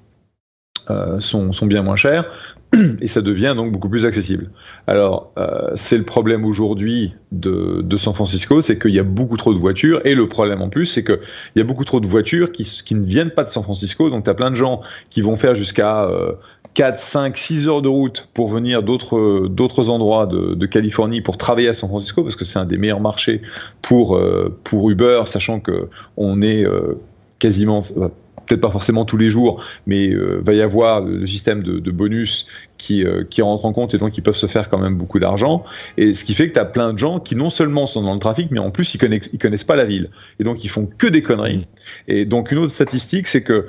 sont bien moins chers et ça devient donc beaucoup plus accessible. Alors c'est le problème aujourd'hui de San Francisco, c'est qu'il y a beaucoup trop de voitures, et le problème en plus c'est qu'il y a beaucoup trop de voitures qui ne viennent pas de San Francisco. Donc tu as plein de gens qui vont faire jusqu'à 4, 5, 6 heures de route pour venir d'autres endroits de Californie pour travailler à San Francisco, parce que c'est un des meilleurs marchés pour Uber, sachant que on est quasiment, peut-être pas forcément tous les jours, mais va y avoir le système de bonus qui rentre en compte, et donc ils peuvent se faire quand même beaucoup d'argent. Et ce qui fait que tu as plein de gens qui non seulement sont dans le trafic, mais en plus ils connaissent pas la ville, et donc ils font que des conneries. Et donc une autre statistique, c'est que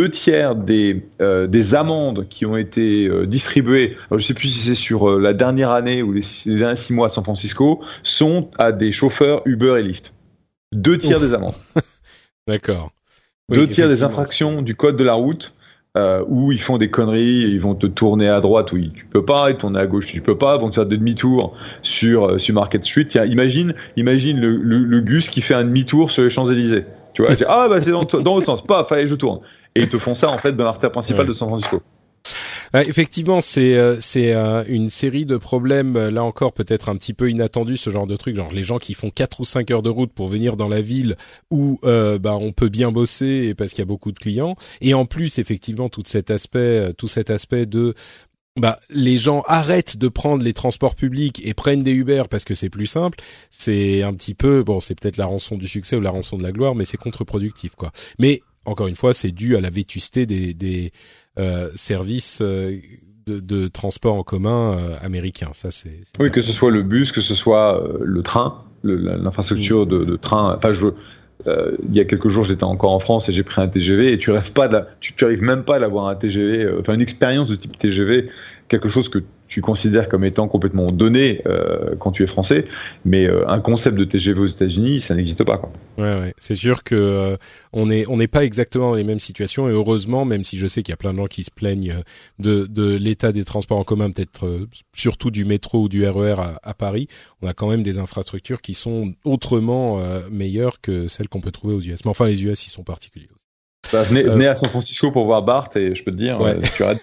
2/3 des amendes qui ont été distribuées, alors je sais plus si c'est sur la dernière année ou les derniers 6 mois à San Francisco, sont à des chauffeurs Uber et Lyft. 2/3 des amendes. D'accord. 2/3 des infractions du code de la route, où ils font des conneries, ils vont te tourner à droite où tu peux pas, et tourner à gauche tu peux pas, vont te faire des demi-tours sur Market Street. Tiens, imagine le Gus qui fait un demi-tour sur les Champs-Élysées. Tu vois, c'est dans l'autre sens, pas, fallait que je tourne. Et ils te font ça en fait dans l'artère principale de San Francisco. Effectivement, c'est une série de problèmes, là encore peut-être un petit peu inattendus, ce genre de truc, genre les gens qui font 4 ou 5 heures de route pour venir dans la ville où on peut bien bosser parce qu'il y a beaucoup de clients, et en plus effectivement tout cet aspect de les gens arrêtent de prendre les transports publics et prennent des Uber parce que c'est plus simple. C'est un petit peu, c'est peut-être la rançon du succès ou la rançon de la gloire, mais c'est contre-productif, quoi. Mais encore une fois, c'est dû à la vétusté des services de transport en commun américains. Ça, c'est oui, que ce soit le bus, que ce soit le train, l'infrastructure de train. Enfin, il y a quelques jours, j'étais encore en France et j'ai pris un TGV, et tu arrives même pas à l'avoir un TGV, une expérience de type TGV, quelque chose que tu considères comme étant complètement donné quand tu es français, mais un concept de TGV aux États-Unis, ça n'existe pas, quoi. Ouais, c'est sûr que on n'est pas exactement dans les mêmes situations, et heureusement, même si je sais qu'il y a plein de gens qui se plaignent de l'état des transports en commun, peut-être surtout du métro ou du RER à Paris, on a quand même des infrastructures qui sont autrement meilleures que celles qu'on peut trouver aux US. Mais enfin, les US, ils sont particuliers aussi. Venez à San Francisco pour voir Bart, et je peux te dire, tu arrêtes.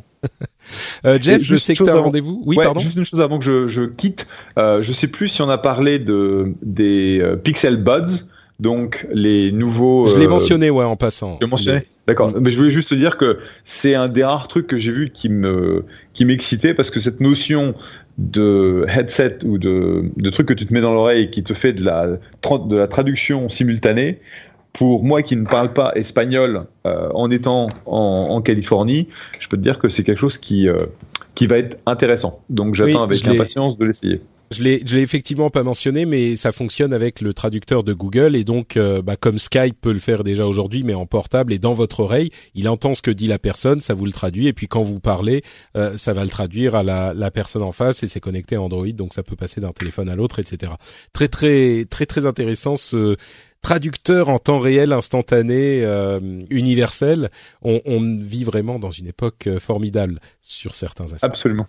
Jeff, je sais que tu as un rendez-vous. Oui, pardon. Juste une chose avant que je quitte. Je sais plus si on a parlé des Pixel Buds, donc les nouveaux. Je l'ai mentionné, en passant. Tu l'as mentionné. D'accord. Mais je voulais juste te dire que c'est un des rares trucs que j'ai vu qui m'excitait, parce que cette notion de headset ou de truc que tu te mets dans l'oreille et qui te fait de la traduction simultanée. Pour moi qui ne parle pas espagnol en étant en Californie, je peux te dire que c'est quelque chose qui va être intéressant. Donc j'attends avec impatience de l'essayer. Je l'ai effectivement pas mentionné, mais ça fonctionne avec le traducteur de Google, et donc comme Skype peut le faire déjà aujourd'hui, mais en portable et dans votre oreille, il entend ce que dit la personne, ça vous le traduit, et puis quand vous parlez, ça va le traduire à la personne en face, et c'est connecté à Android, donc ça peut passer d'un téléphone à l'autre, etc. Très très très très intéressant ce traducteur en temps réel, instantané, universel. On vit vraiment dans une époque formidable sur certains aspects. Absolument.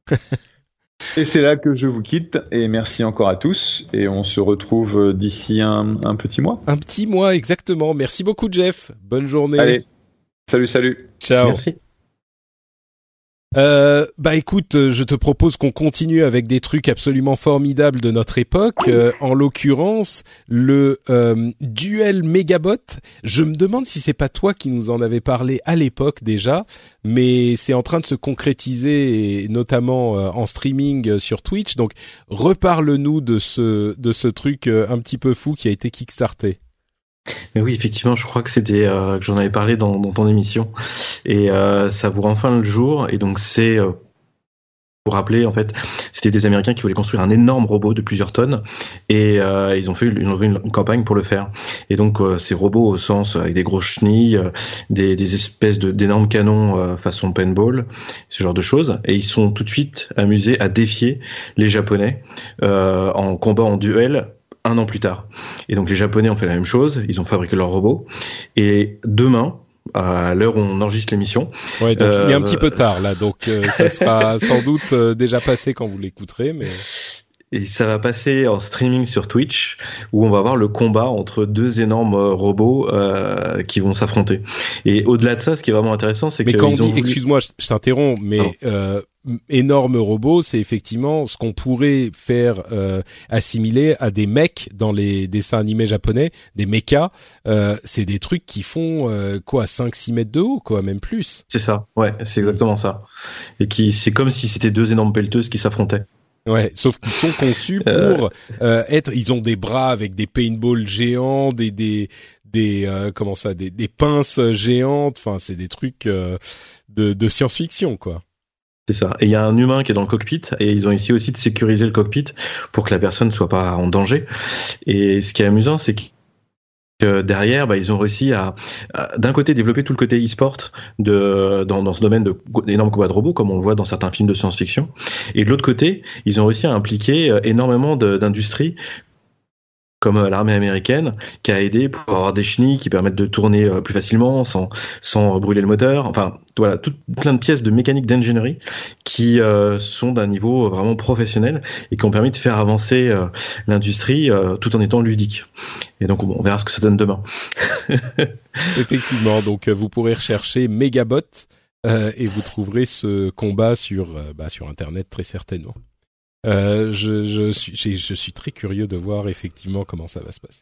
Et c'est là que je vous quitte, et merci encore à tous, et on se retrouve d'ici un petit mois. Un petit mois, exactement. Merci beaucoup, Jeff. Bonne journée. Allez, salut. Ciao. Merci. Écoute, je te propose qu'on continue avec des trucs absolument formidables de notre époque. En l'occurrence, le duel Megabot. Je me demande si c'est pas toi qui nous en avais parlé à l'époque déjà, mais c'est en train de se concrétiser, et notamment en streaming sur Twitch. Donc, reparle-nous de ce truc un petit peu fou qui a été kickstarté. Mais oui, effectivement, je crois que c'était que j'en avais parlé dans ton émission, et ça vous rend enfin le jour. Et donc c'est pour rappeler, en fait, c'était des Américains qui voulaient construire un énorme robot de plusieurs tonnes, et ils ont fait une campagne pour le faire. Et donc ces robots au sens avec des grosses chenilles, des espèces d'énormes canons façon paintball, ce genre de choses. Et ils sont tout de suite amusés à défier les Japonais en combat, en duel, 1 an plus tard. Et donc les Japonais ont fait la même chose, ils ont fabriqué leur robot, et demain, à l'heure où on enregistre l'émission. Ouais, donc il est un petit peu tard là, donc ça sera sans doute déjà passé quand vous l'écouterez, mais... Et ça va passer en streaming sur Twitch, où on va voir le combat entre deux énormes robots qui vont s'affronter. Et au-delà de ça, ce qui est vraiment intéressant, c'est que... Mais quand on dit, excuse-moi, je t'interromps, mais énorme robot, c'est effectivement ce qu'on pourrait faire assimiler à des mechs dans les dessins animés japonais, des mechas. C'est des trucs qui font 5-6 mètres de haut, quoi, même plus. C'est ça, ouais, c'est exactement ça. Et c'est comme si c'était deux énormes pelleteuses qui s'affrontaient. Ouais, sauf qu'ils sont conçus pour ils ont des bras avec des paintballs géants, des pinces géantes. Enfin, c'est des trucs de science-fiction, quoi. C'est ça. Et il y a un humain qui est dans le cockpit, et ils ont essayé aussi de sécuriser le cockpit pour que la personne ne soit pas en danger. Et ce qui est amusant, c'est que derrière, ils ont réussi à d'un côté développer tout le côté e-sport dans ce domaine d'énormes combats de robots, comme on le voit dans certains films de science-fiction, et de l'autre côté, ils ont réussi à impliquer énormément d'industries, comme l'armée américaine, qui a aidé pour avoir des chenilles qui permettent de tourner plus facilement sans brûler le moteur. Enfin, voilà, plein de pièces de mécanique d'ingénierie qui sont d'un niveau vraiment professionnel et qui ont permis de faire avancer l'industrie tout en étant ludique. Et donc, on verra ce que ça donne demain. Effectivement, donc vous pourrez rechercher Megabot et vous trouverez ce combat sur Internet très certainement. Je suis très curieux de voir effectivement comment ça va se passer.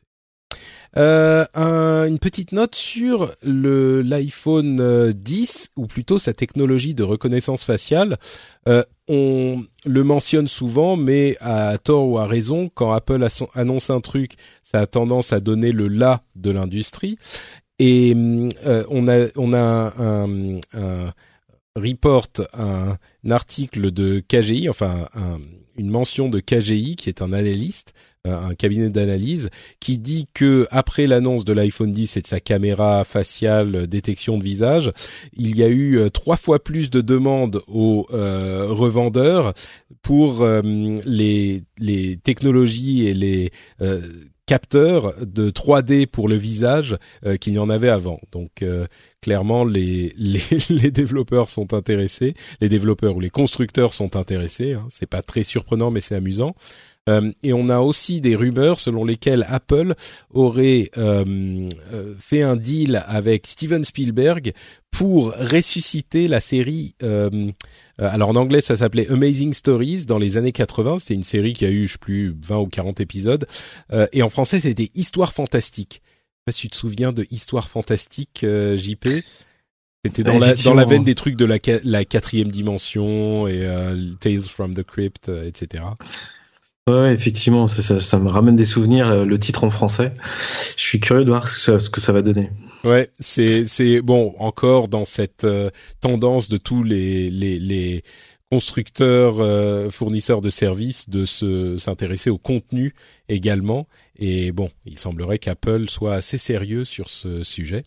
Une petite note sur l'iPhone 10, ou plutôt sa technologie de reconnaissance faciale. On le mentionne souvent, mais à tort ou à raison, quand Apple annonce un truc, ça a tendance à donner le là de l'industrie. Et on a un report, un article de KGI, enfin une mention de KGI qui est un analyste, un cabinet d'analyse, qui dit que après l'annonce de l'iPhone 10 et de sa caméra faciale détection de visage, il y a eu 3 fois plus de demandes aux revendeurs pour les technologies et les capteurs de 3D pour le visage qu'il y en avait avant. Donc clairement les développeurs sont intéressés, les développeurs ou les constructeurs sont intéressés, hein. C'est pas très surprenant mais c'est amusant. Et on a aussi des rumeurs selon lesquelles Apple aurait fait un deal avec Steven Spielberg pour ressusciter la série. Alors en anglais ça s'appelait Amazing Stories dans les années 80. C'est une série qui a eu, je sais plus, 20 ou 40 épisodes. Et en français c'était Histoire fantastique. Je sais pas si tu te souviens de Histoire fantastique, JP. C'était dans la veine des trucs de la 4e dimension et Tales from the Crypt, etc. Ouais, effectivement, ça me ramène des souvenirs, le titre en français. Je suis curieux de voir ce que ça va donner. Ouais, c'est bon, encore dans cette tendance de tous les constructeurs, fournisseurs de services de s'intéresser au contenu également. Et bon, il semblerait qu'Apple soit assez sérieux sur ce sujet.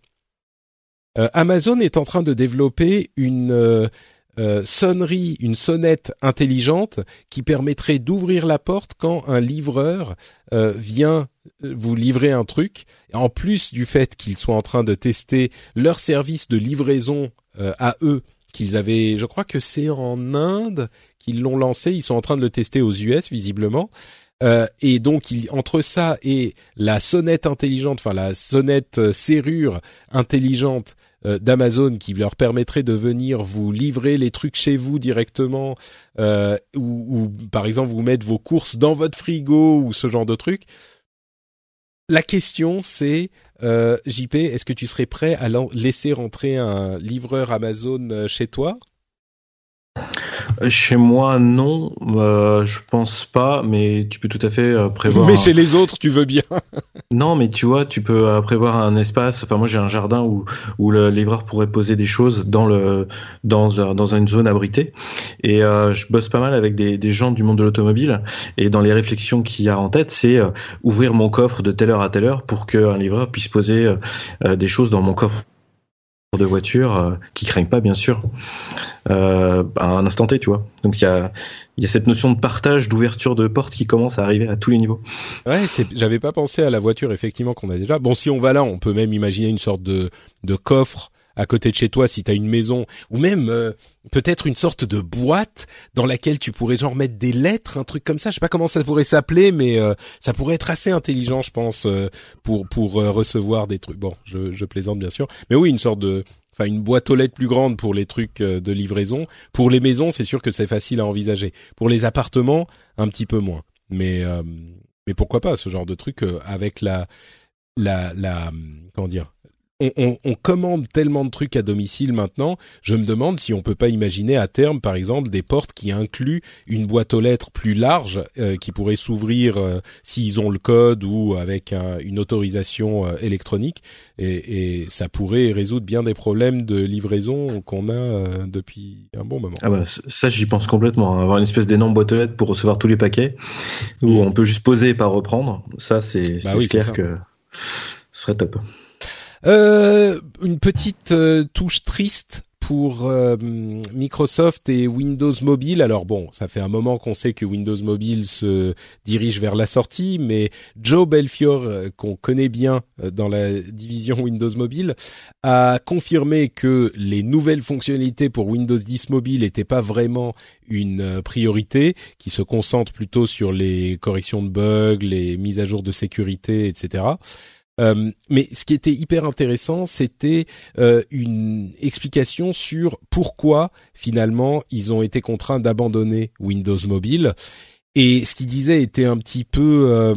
Amazon est en train de développer une sonnerie, une sonnette intelligente qui permettrait d'ouvrir la porte quand un livreur vient vous livrer un truc. En plus du fait qu'ils soient en train de tester leur service de livraison à eux, qu'ils avaient, je crois que c'est en Inde qu'ils l'ont lancé, ils sont en train de le tester aux US visiblement. Et donc entre ça et la sonnette intelligente, enfin la sonnette serrure intelligente d'Amazon qui leur permettrait de venir vous livrer les trucs chez vous directement, ou par exemple vous mettre vos courses dans votre frigo ou ce genre de trucs. La question c'est, JP, est-ce que tu serais prêt à laisser rentrer un livreur Amazon chez toi ? Chez moi, non, je pense pas, mais tu peux tout à fait prévoir. Mais chez les autres, tu veux bien. Non, mais tu vois, tu peux prévoir un espace. Enfin, moi, j'ai un jardin où le livreur pourrait poser des choses dans une zone abritée. Et je bosse pas mal avec des gens du monde de l'automobile. Et dans les réflexions qu'il y a en tête, c'est ouvrir mon coffre de telle heure à telle heure pour qu'un livreur puisse poser des choses dans mon coffre de voiture qui craignent pas, bien sûr, à un instant T, tu vois. Donc il y a cette notion de partage, d'ouverture de porte qui commence à arriver à tous les niveaux. Ouais, j'avais pas pensé à la voiture effectivement qu'on a déjà. Bon, si on va là, on peut même imaginer une sorte de coffre à côté de chez toi si t'as une maison, ou même peut-être une sorte de boîte dans laquelle tu pourrais genre mettre des lettres, un truc comme ça. Je sais pas comment ça pourrait s'appeler, mais ça pourrait être assez intelligent, je pense, pour recevoir des trucs. Bon, je plaisante bien sûr, mais oui, une boîte aux lettres plus grande pour les trucs de livraison. Pour les maisons, c'est sûr que c'est facile à envisager. Pour les appartements, un petit peu moins. Mais pourquoi pas ce genre de truc avec la comment dire, on commande tellement de trucs à domicile maintenant, je me demande si on peut pas imaginer à terme, par exemple, des portes qui incluent une boîte aux lettres plus large qui pourrait s'ouvrir s'ils ont le code ou avec une autorisation électronique, et ça pourrait résoudre bien des problèmes de livraison qu'on a depuis un bon moment. Ah bah ça, j'y pense complètement. Avoir une espèce d'énorme boîte aux lettres pour recevoir tous les paquets, où on peut juste poser et pas reprendre, ça c'est clair que ce serait top. Une petite touche triste pour Microsoft et Windows Mobile. Alors bon, ça fait un moment qu'on sait que Windows Mobile se dirige vers la sortie, mais Joe Belfiore, qu'on connaît bien dans la division Windows Mobile, a confirmé que les nouvelles fonctionnalités pour Windows 10 Mobile n'étaient pas vraiment une priorité, qui se concentre plutôt sur les corrections de bugs, les mises à jour de sécurité, etc. Mais ce qui était hyper intéressant, c'était une explication sur pourquoi finalement ils ont été contraints d'abandonner Windows Mobile. Et ce qu'il disait était un petit peu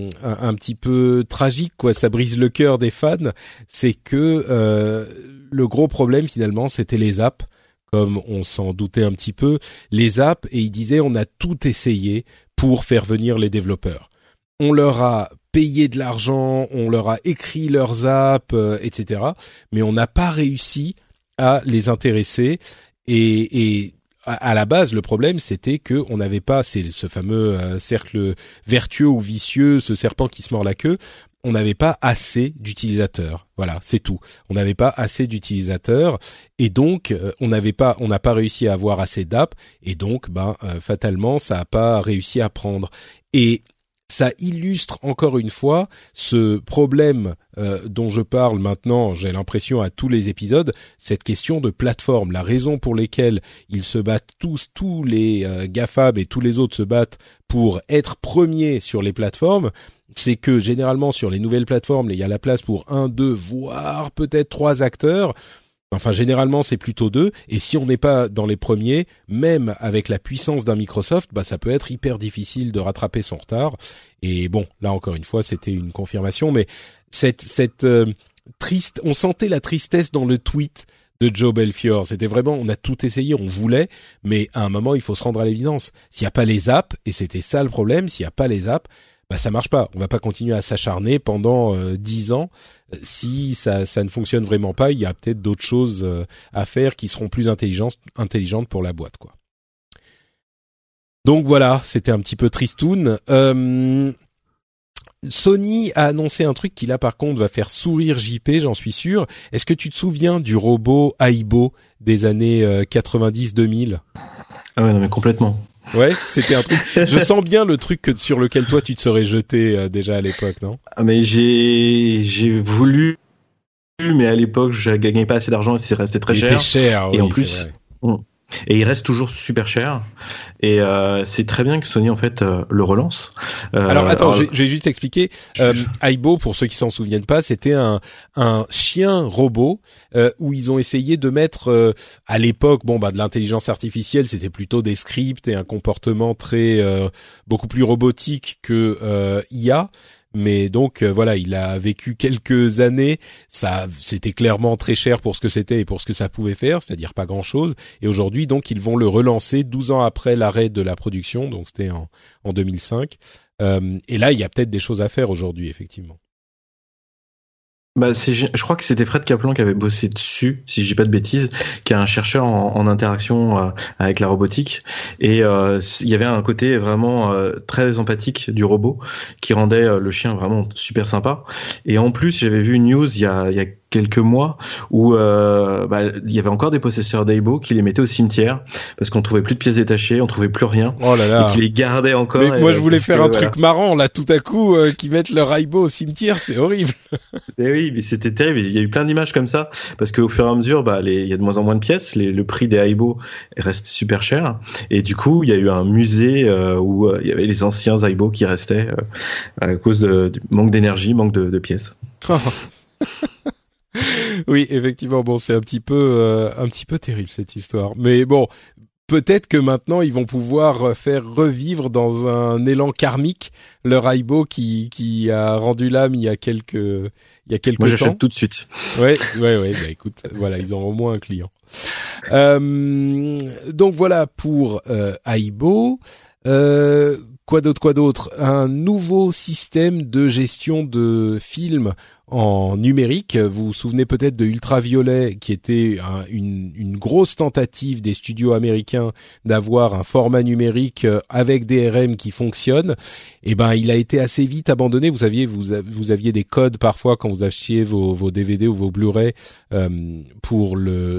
tragique, quoi. Ça brise le cœur des fans. C'est que le gros problème finalement, c'était les apps. Comme on s'en doutait un petit peu, les apps. Et il disait, on a tout essayé pour faire venir les développeurs. On leur a payé de l'argent, on leur a écrit leurs apps, etc. Mais on n'a pas réussi à les intéresser. Et à la base, le problème, c'était que on n'avait pas, c'est ce fameux cercle vertueux ou vicieux, ce serpent qui se mord la queue. On n'avait pas assez d'utilisateurs. Voilà, c'est tout. On n'avait pas assez d'utilisateurs, et donc on n'a pas réussi à avoir assez d'apps, et donc fatalement, ça n'a pas réussi à prendre. Et ça illustre encore une fois ce problème dont je parle maintenant, j'ai l'impression à tous les épisodes, cette question de plateforme. La raison pour laquelle ils se battent tous les GAFAM et tous les autres se battent pour être premiers sur les plateformes, c'est que généralement sur les nouvelles plateformes, il y a la place pour 1, 2, voire peut-être 3 acteurs. Enfin, généralement, c'est plutôt 2. Et si on n'est pas dans les premiers, même avec la puissance d'un Microsoft, ça peut être hyper difficile de rattraper son retard. Et bon, là encore une fois, c'était une confirmation. Mais cette triste, on sentait la tristesse dans le tweet de Joe Belfiore. C'était vraiment, on a tout essayé, on voulait, mais à un moment, il faut se rendre à l'évidence. S'il n'y a pas les apps, et c'était ça le problème, s'il n'y a pas les apps, ça marche pas. On va pas continuer à s'acharner pendant 10 ans. Si ça ne fonctionne vraiment pas, il y a peut-être d'autres choses à faire qui seront plus intelligentes pour la boîte, quoi. Donc voilà, c'était un petit peu tristoun. Sony a annoncé un truc qui là par contre va faire sourire JP, j'en suis sûr. Est-ce que tu te souviens du robot Aibo des années 90-2000 ? Ah ouais, non mais complètement. Ouais, c'était un truc. Je sens bien le truc sur lequel toi tu te serais jeté déjà à l'époque, non ? Ah mais j'ai voulu, mais à l'époque je gagnais pas assez d'argent et c'est resté très cher. Il était cher, et oui, en plus, et il reste toujours super cher. Et c'est très bien que Sony en fait le relance. Alors attends, je vais juste expliquer. Aibo, pour ceux qui s'en souviennent pas, c'était un chien robot où ils ont essayé de mettre à l'époque, de l'intelligence artificielle, c'était plutôt des scripts et un comportement très beaucoup plus robotique que IA. Mais donc voilà, il a vécu quelques années, ça c'était clairement très cher pour ce que c'était et pour ce que ça pouvait faire, c'est-à-dire pas grand-chose, et aujourd'hui donc ils vont le relancer 12 ans après l'arrêt de la production, donc c'était en 2005. Et là, il y a peut-être des choses à faire aujourd'hui, effectivement. Je crois que c'était Fred Kaplan qui avait bossé dessus, si je dis pas de bêtises, qui est un chercheur en interaction avec la robotique. Et il y avait un côté vraiment très empathique du robot qui rendait le chien vraiment super sympa. Et en plus, j'avais vu une news il y a quelques mois où il y avait encore des possesseurs d'Aibo qui les mettaient au cimetière parce qu'on trouvait plus de pièces détachées, on trouvait plus rien. Oh là là. Et qui les gardaient encore. Mais moi je voulais faire un truc marrant là, tout à coup qui mettent leur Aibo au cimetière, c'est horrible. Et oui, mais c'était terrible. Il y a eu plein d'images comme ça parce qu'au fur et à mesure, il y a de moins en moins de pièces, le prix des Aibo reste super cher et du coup il y a eu un musée où il y avait les anciens Aibo qui restaient à cause du manque d'énergie, manque de pièces. Oui, effectivement, bon, c'est un petit peu terrible cette histoire. Mais bon, peut-être que maintenant ils vont pouvoir faire revivre dans un élan karmique leur Aibo qui a rendu l'âme il y a quelques Moi, temps. j'achète tout de suite. Ouais, bah écoute, voilà, ils ont au moins un client. Donc voilà pour Aibo. Quoi d'autre? Un nouveau système de gestion de films en numérique. Vous vous souvenez peut-être de Ultraviolet, qui était une grosse tentative des studios américains d'avoir un format numérique avec DRM qui fonctionne. Eh ben, il a été assez vite abandonné. Vous aviez des codes parfois quand vous achetiez vos DVD ou vos Blu-ray pour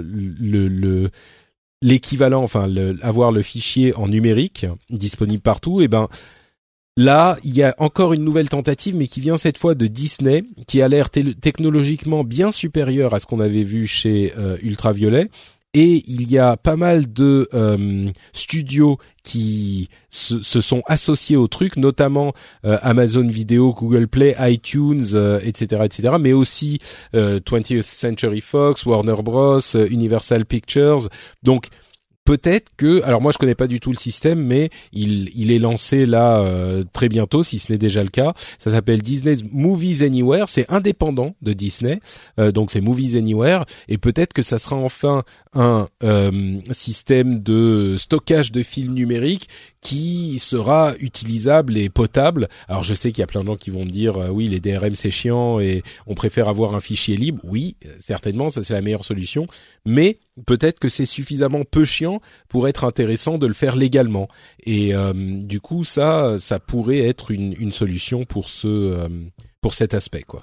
l'équivalent, avoir le fichier en numérique disponible partout. Et ben là, il y a encore une nouvelle tentative, mais qui vient cette fois de Disney, qui a l'air technologiquement bien supérieure à ce qu'on avait vu chez Ultraviolet. Et il y a pas mal de studios qui se sont associés au truc, notamment Amazon Video, Google Play, iTunes, etc., mais aussi 20th Century Fox, Warner Bros, Universal Pictures. Donc peut-être que, alors moi je connais pas du tout le système, mais il est lancé là très bientôt, si ce n'est déjà le cas. Ça s'appelle Disney's Movies Anywhere, c'est indépendant de Disney, donc c'est Movies Anywhere, et peut-être que ça sera enfin un système de stockage de films numériques qui sera utilisable et potable. Alors je sais qu'il y a plein de gens qui vont me dire oui, les DRM c'est chiant et on préfère avoir un fichier libre. Oui, certainement, ça c'est la meilleure solution, mais peut-être que c'est suffisamment peu chiant pour être intéressant de le faire légalement. Et du coup, ça pourrait être une solution pour cet aspect, quoi.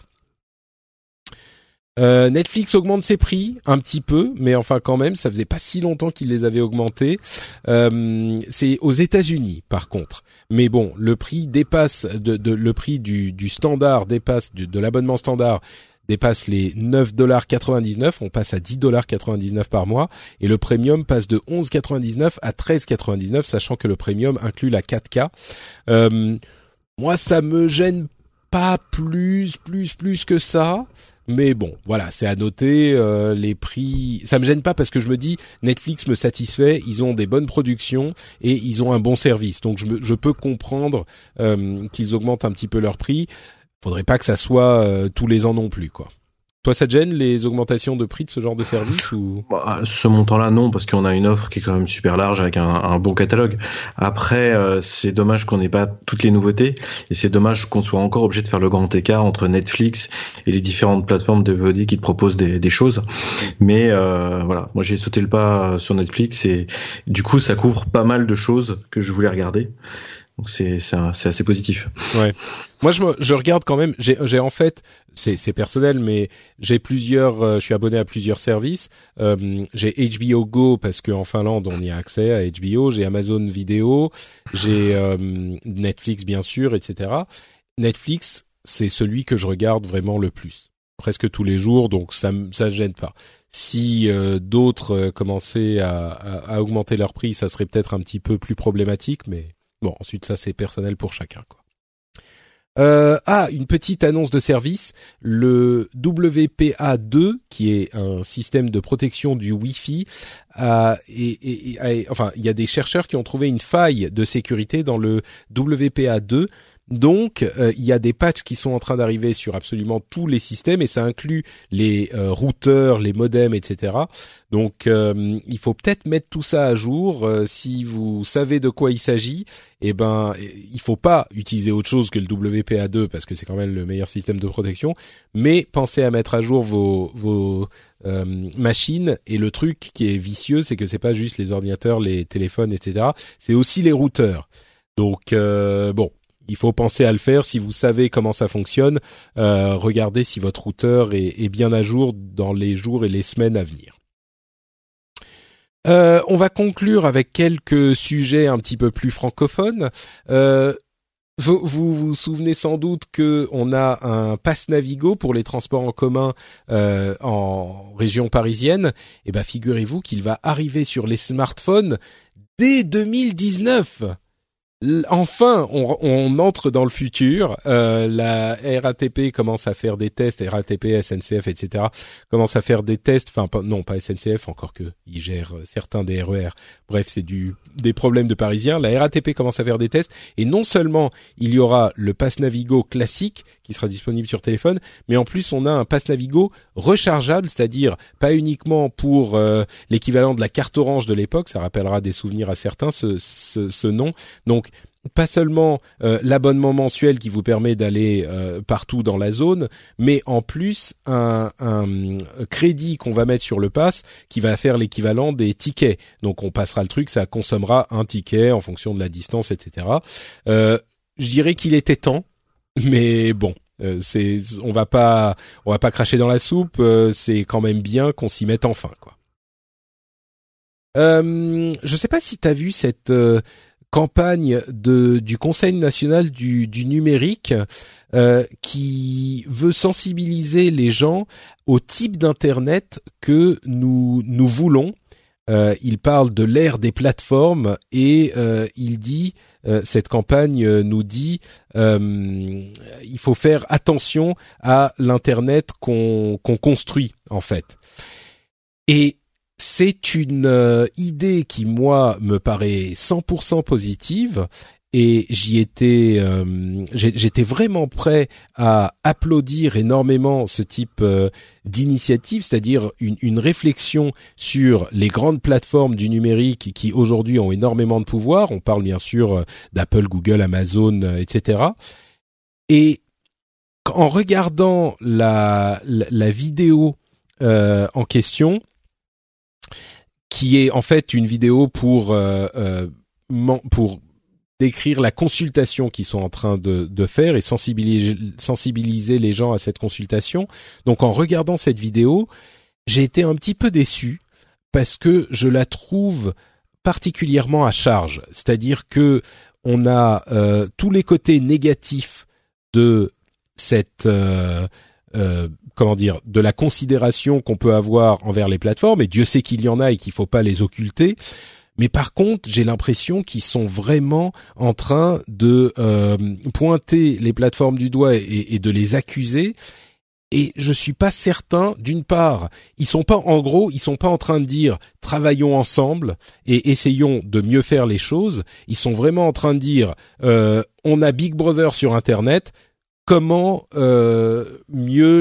Netflix augmente ses prix un petit peu, mais enfin quand même, ça faisait pas si longtemps qu'ils les avaient augmentés. C'est aux États-Unis, par contre. Mais bon, le prix dépasse le prix du standard dépasse de l'abonnement standard dépasse les $9,99, on passe à $10,99 par mois, et le premium passe de $11,99 à $13,99, sachant que le premium inclut la 4K. Moi, ça me gêne pas plus que ça. Mais bon, voilà, c'est à noter, les prix, ça me gêne pas parce que je me dis, Netflix me satisfait, ils ont des bonnes productions et ils ont un bon service. Donc je peux comprendre qu'ils augmentent un petit peu leur prix. Faudrait pas que ça soit tous les ans non plus, quoi. Toi, ça te gêne les augmentations de prix de ce genre de service ou? Ce montant-là, non, parce qu'on a une offre qui est quand même super large avec un bon catalogue. Après, c'est dommage qu'on n'ait pas toutes les nouveautés et c'est dommage qu'on soit encore obligé de faire le grand écart entre Netflix et les différentes plateformes de VOD qui te proposent des choses. Mais voilà, moi j'ai sauté le pas sur Netflix et du coup, ça couvre pas mal de choses que je voulais regarder. Donc c'est assez positif. Ouais. Moi je regarde quand même, j'ai en fait c'est personnel mais j'ai je suis abonné à plusieurs services. J'ai HBO Go parce que en Finlande on y a accès à HBO, j'ai Amazon Vidéo, j'ai Netflix bien sûr, etc. Netflix, c'est celui que je regarde vraiment le plus, presque tous les jours, donc ça gêne pas. Si d'autres commençaient à augmenter leur prix, ça serait peut-être un petit peu plus problématique, mais bon, ensuite ça c'est personnel pour chacun, quoi. Une petite annonce de service, le WPA2 qui est un système de protection du Wi-Fi enfin il y a des chercheurs qui ont trouvé une faille de sécurité dans le WPA2. Donc, il y a des patchs qui sont en train d'arriver sur absolument tous les systèmes et ça inclut les routeurs, les modems, etc. Donc, il faut peut-être mettre tout ça à jour. Si vous savez de quoi il s'agit, il faut pas utiliser autre chose que le WPA2 parce que c'est quand même le meilleur système de protection. Mais pensez à mettre à jour vos machines. Et le truc qui est vicieux, c'est que c'est pas juste les ordinateurs, les téléphones, etc. C'est aussi les routeurs. Donc, bon. il faut penser à le faire. Si vous savez comment ça fonctionne, regardez si votre routeur est bien à jour dans les jours et les semaines à venir. On va conclure avec quelques sujets un petit peu plus francophones. Vous vous souvenez sans doute que on a un pass Navigo pour les transports en commun en région parisienne. Et ben figurez-vous qu'il va arriver sur les smartphones dès 2019. Enfin, on entre dans le futur. La RATP commence à faire des tests, RATP, SNCF, etc. commence à faire des tests. Enfin, non, pas SNCF, encore que ils gèrent certains des RER. Bref, c'est des problèmes de Parisiens. La RATP commence à faire des tests, et non seulement il y aura le Pass Navigo classique qui sera disponible sur téléphone, mais en plus on a un Pass Navigo rechargeable, c'est-à-dire pas uniquement pour l'équivalent de la carte orange de l'époque. Ça rappellera des souvenirs à certains ce nom. Donc pas seulement l'abonnement mensuel qui vous permet d'aller partout dans la zone, mais en plus un crédit qu'on va mettre sur le pass qui va faire l'équivalent des tickets. Donc on passera le truc, ça consommera un ticket en fonction de la distance, etc. Je dirais qu'il était temps, mais bon, on va pas cracher dans la soupe. C'est quand même bien qu'on s'y mette enfin, quoi. Je sais pas si t'as vu cette campagne du Conseil national du numérique qui veut sensibiliser les gens au type d'internet que nous voulons. Il parle de l'ère des plateformes et il dit, cette campagne nous dit, il faut faire attention à l'internet qu'on construit en fait. Et c'est une idée qui, moi, me paraît 100% positive, et j'étais vraiment prêt à applaudir énormément ce type d'initiative, c'est-à-dire une réflexion sur les grandes plateformes du numérique qui aujourd'hui ont énormément de pouvoir. On parle bien sûr d'Apple, Google, Amazon, etc. Et en regardant la vidéo en question, qui est en fait une vidéo pour décrire la consultation qu'ils sont en train de faire et sensibiliser les gens à cette consultation. Donc en regardant cette vidéo, j'ai été un petit peu déçu parce que je la trouve particulièrement à charge. C'est-à-dire que on a tous les côtés négatifs de cette de la considération qu'on peut avoir envers les plateformes, et Dieu sait qu'il y en a et qu'il faut pas les occulter. Mais par contre, j'ai l'impression qu'ils sont vraiment en train de pointer les plateformes du doigt et de les accuser. Et je suis pas certain. D'une part, ils sont pas en train de dire travaillons ensemble et essayons de mieux faire les choses. Ils sont vraiment en train de dire on a Big Brother sur Internet. Comment mieux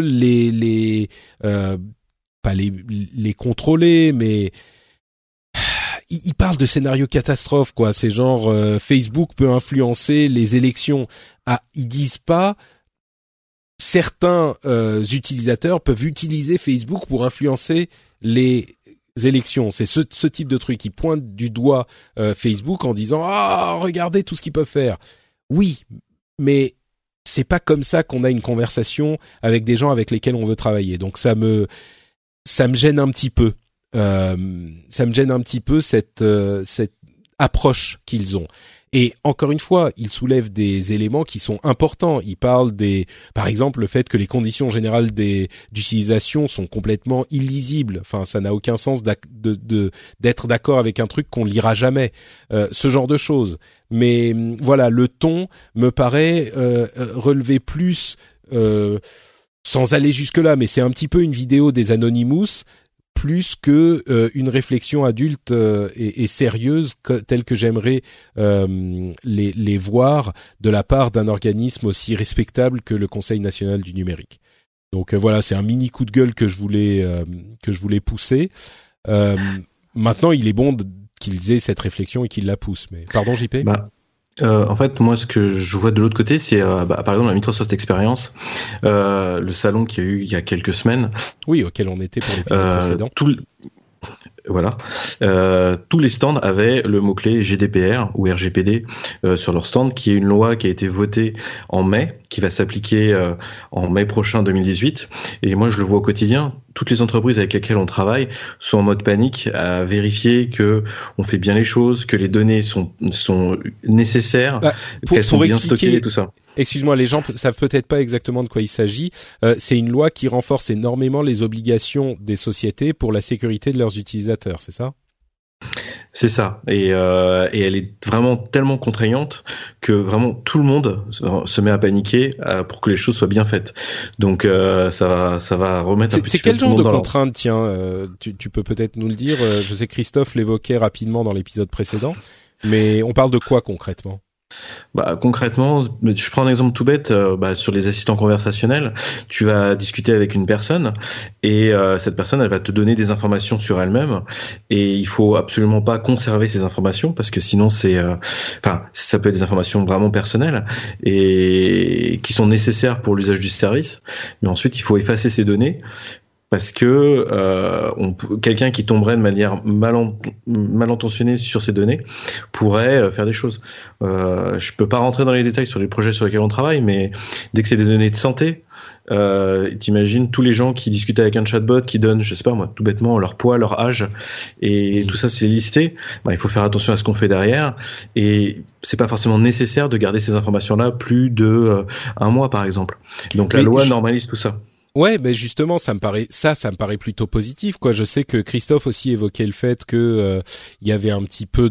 pas les contrôler, mais il parle de scénario catastrophe, quoi. C'est genre Facebook peut influencer les élections. Ah, ils disent pas certains utilisateurs peuvent utiliser Facebook pour influencer les élections. C'est ce type de truc. Ils pointent du doigt Facebook en disant regardez tout ce qu'ils peuvent faire. Oui, mais c'est pas comme ça qu'on a une conversation avec des gens avec lesquels on veut travailler. Donc ça me gêne un petit peu. Ça me gêne un petit peu cette approche qu'ils ont. Et encore une fois, ils soulèvent des éléments qui sont importants. Ils parlent par exemple, le fait que les conditions générales d'utilisation sont complètement illisibles. Enfin, ça n'a aucun sens d'être d'accord avec un truc qu'on lira jamais. Ce genre de choses. Mais voilà, le ton me paraît relever plus, sans aller jusque là, mais c'est un petit peu une vidéo des Anonymous, plus que une réflexion adulte et sérieuse telle que j'aimerais les voir de la part d'un organisme aussi respectable que le Conseil national du numérique. Donc voilà, c'est un mini coup de gueule que je voulais pousser. Maintenant, il est bon qu'ils aient cette réflexion et qu'ils la poussent. Mais pardon, JP. En fait, moi, ce que je vois de l'autre côté, c'est par exemple la Microsoft Experience, le salon qu'il y a eu il y a quelques semaines. Oui, auquel on était pour l'épisode précédent. Voilà. Tous les stands avaient le mot-clé GDPR ou RGPD sur leur stand, qui est une loi qui a été votée en mai, qui va s'appliquer en mai prochain 2018. Et moi, je le vois au quotidien. Toutes les entreprises avec lesquelles on travaille sont en mode panique à vérifier que on fait bien les choses, que les données sont nécessaires, qu'elles sont bien stockées et tout ça. Excuse-moi, les gens savent peut-être pas exactement de quoi il s'agit. C'est une loi qui renforce énormément les obligations des sociétés pour la sécurité de leurs utilisateurs, c'est ça ? C'est ça, et elle est vraiment tellement contraignante que vraiment tout le monde se met à paniquer pour que les choses soient bien faites. Donc ça va remettre un peu. C'est quel genre de contrainte, tiens, tu peux peut-être nous le dire. Je sais que Christophe l'évoquait rapidement dans l'épisode précédent, mais on parle de quoi concrètement ? Concrètement, je prends un exemple tout bête, sur les assistants conversationnels, tu vas discuter avec une personne et cette personne, elle va te donner des informations sur elle-même et il faut absolument pas conserver ces informations parce que sinon ça peut être des informations vraiment personnelles et qui sont nécessaires pour l'usage du service, mais ensuite il faut effacer ces données. Parce que quelqu'un qui tomberait de manière mal intentionnée sur ces données pourrait faire des choses. Je peux pas rentrer dans les détails sur les projets sur lesquels on travaille, mais dès que c'est des données de santé, t'imagines tous les gens qui discutent avec un chatbot qui donne, je sais pas moi, tout bêtement leur poids, leur âge, et tout ça c'est listé. Il faut faire attention à ce qu'on fait derrière, et c'est pas forcément nécessaire de garder ces informations-là plus de un mois par exemple. Donc la loi normalise tout ça. Ouais, mais justement, ça me paraît plutôt positif, quoi. Je sais que Christophe aussi évoquait le fait que il y avait un petit peu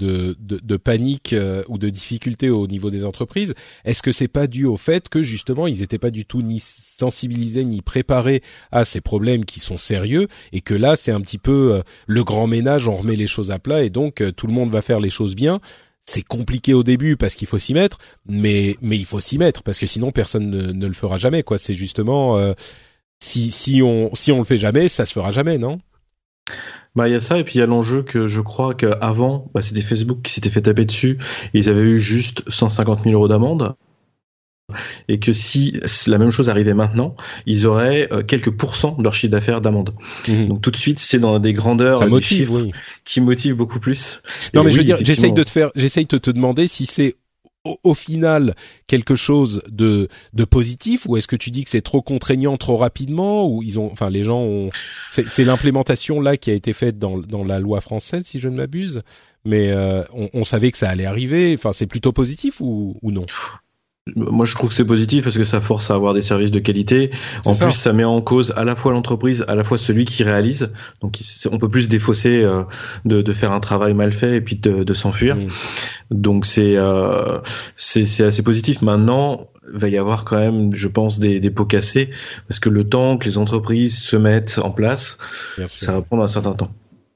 de panique ou de difficulté au niveau des entreprises. Est-ce que c'est pas dû au fait que justement ils étaient pas du tout ni sensibilisés ni préparés à ces problèmes qui sont sérieux et que là c'est un petit peu le grand ménage, on remet les choses à plat et donc tout le monde va faire les choses bien. C'est compliqué au début parce qu'il faut s'y mettre, mais il faut s'y mettre parce que sinon personne ne le fera jamais, quoi. C'est justement si on le fait jamais, ça se fera jamais, non ? Il y a ça et puis il y a l'enjeu que je crois qu'avant, c'était Facebook qui s'était fait taper dessus. Ils avaient eu juste 150 000 € d'amende. Et que si la même chose arrivait maintenant, ils auraient quelques pourcents de leur chiffre d'affaires d'amende. Mmh. Donc tout de suite, c'est dans des grandeurs qui motivent beaucoup plus. Non, mais je veux dire, j'essaye de te demander si c'est au final quelque chose de positif, ou est-ce que tu dis que c'est trop contraignant trop rapidement, ou les gens ont, c'est l'implémentation là qui a été faite dans la loi française, si je ne m'abuse, mais on savait que ça allait arriver. Enfin, c'est plutôt positif ou non? Moi, je trouve que c'est positif parce que ça force à avoir des services de qualité. En plus, ça met en cause à la fois l'entreprise, à la fois celui qui réalise. Donc, on peut plus se défausser de faire un travail mal fait et puis de s'enfuir. Mmh. Donc, c'est assez positif. Maintenant, il va y avoir quand même, je pense, des pots cassés parce que le temps que les entreprises se mettent en place, ça va prendre un certain temps.